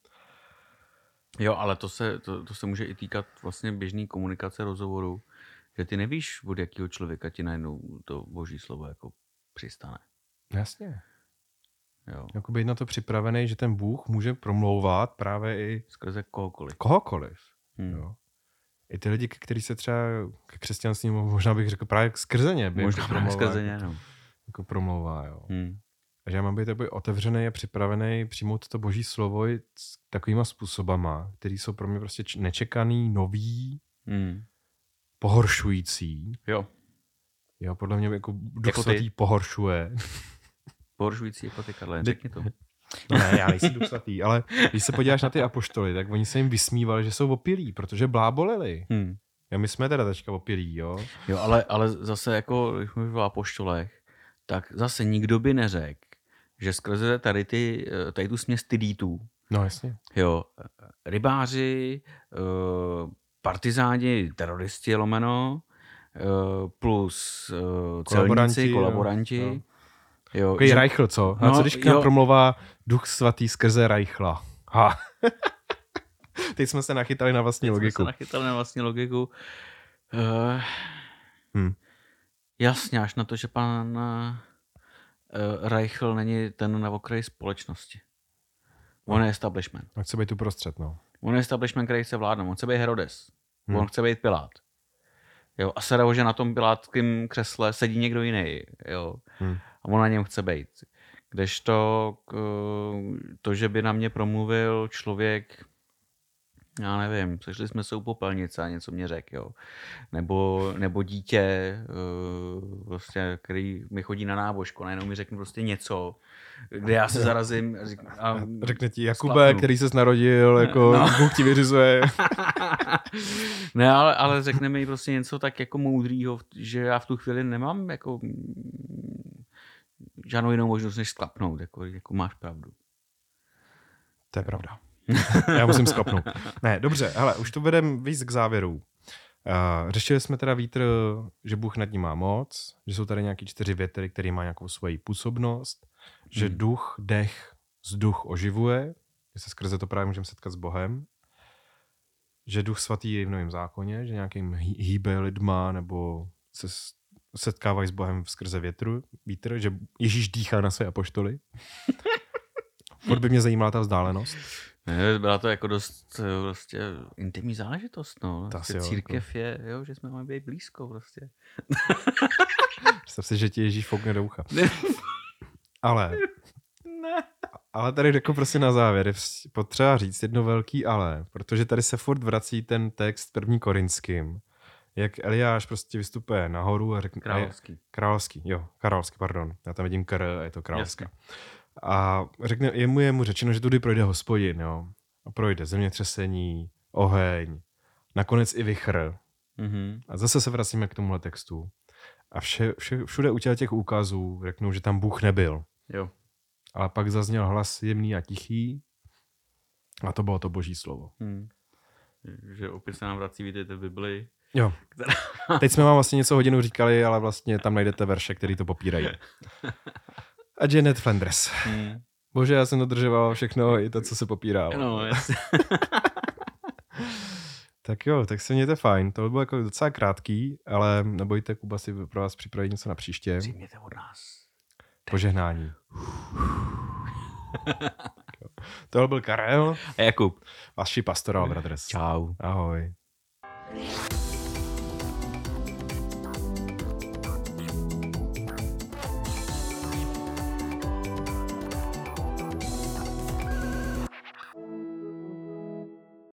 Jo, ale to se, to, to se může i týkat vlastně běžný komunikace, rozhovoru, že ty nevíš, od jakého člověka ti najednou to boží slovo jako přistane. Jasně. Jo. Jako být na to připravený, že ten Bůh může promlouvat právě i skrze kohokoliv. Kohokoliv. Hmm. Jo. I ty lidi, kteří se třeba k křesťanství, možná bych řekl právě skrze ně. Možná právě skrze ně, no. Jako promlouvá, jo. Hmm. A že já mám být takový otevřený a připravený přijmout to boží slovo i s takovýma způsobama, který jsou pro mě prostě nečekaný, nový, hmm. pohoršující. Jo. Jo, podle mě jako Duch jako svatý pohoršuje. Pohoršující jako ty, Karle, řekni to. No ne, já nejsem Duch svatý, ale když se podíváš na ty apoštoly, tak oni se jim vysmívali, že jsou opilí, protože blábolili. Hmm. Jo, my jsme teda teďka opilí, jo. Jo, ale, ale zase jako, když mluvím o apoštolech, tak zase nikdo by neřekl, že skrze tady, ty, tady tu směs tydítů, no jasně. Jo, rybáři, partizáni, teroristi lomeno, plus celníci, kolaboranti. Jo. Jo, Takový že... Reichl, co? A no, co když k nám promlouvá Duch svatý skrze Reichla? Ha. Teď jsme se nachytali na vlastní Teď logiku. jsme se nachytali na vlastní logiku. Uh, hmm. Jasně, až na to, že pan uh, Reichl není ten na okraji společnosti. On je establishment. On chce být uprostřed, no. On je establishment, který chce vládnout. On chce být Herodes. Hmm. On chce být Pilát. Jo, a se že na tom pilátském křesle sedí někdo jiný. Jo. Hmm. A on na něm chce být. Kdežto to, že by na mě promluvil člověk, já nevím, sešli jsme se u popelnice a něco mě řekl, jo. Nebo, nebo dítě, vlastně, který mi chodí na nábožku, najednou mi řekne prostě něco, kde já se zarazím a řekne ti Jakube, sklapnu. Který ses narodil, jako no. Bůh ti vyřizuje. Ne, ale, ale řekne mi prostě něco tak jako moudrýho, že já v tu chvíli nemám jako žádnou jinou možnost, než sklapnout, jako, jako máš pravdu. To je pravda. Já musím sklapnout. Ne, dobře, hele, už to vedem víc k závěru. Uh, řešili jsme teda vítr, že Bůh nad ním má moc, že jsou tady nějaký čtyři větry, který má nějakou svoji působnost, že hmm. duch, dech, vzduch oživuje, že se skrze to právě můžeme setkat s Bohem, že Duch svatý je v Novém zákoně, že nějakým hýbe lidma nebo se setkávají s Bohem skrze větru, vítr, že Ježíš dýchá na své apoštoly. Furt by mě zajímala ta vzdálenost. Ne, byla to jako dost prostě intimní záležitost, no. Prostě církev jako... je, jo, že jsme máme být blízko prostě. Představ si, že ti Ježíš foukne do ucha. Ale, ne. ale tady jako prostě na závěr je potřeba říct jedno velký ale, protože tady se furt vrací ten text první Korinským, jak Eliáš prostě vystupuje nahoru a řekne... Královský. Královský, jo, královský, pardon. Já tam vidím kr a je to královský. A řekne, jemu je mu řečeno, že tudy projde Hospodin, jo. A projde zemětřesení, oheň, nakonec i vichr. Mm-hmm. A zase se vracíme k tomuhle textu. A vše, vše, všude u těch úkazů řeknou, že tam Bůh nebyl. Jo. Ale pak zazněl hlas jemný a tichý a to bylo to boží slovo. Hmm. Že opět se nám vrací, vidíte v Bibli. Jo. Která... Teď jsme vám vlastně něco hodinu říkali, ale vlastně tam najdete verše, který to popírají. A Janet Flanders. Hmm. Bože, já jsem dodržoval všechno, i to, co se popíralo. No, jasně. Tak jo, tak se mějte fajn. To bylo jako docela krátký, ale nebojte, Kuba si pro vás připraví něco na příště. Přijměte od nás. Požehnání. Tohle byl Karel. A Jakub. Vaši Pastoral Brothers. Čau. Ahoj.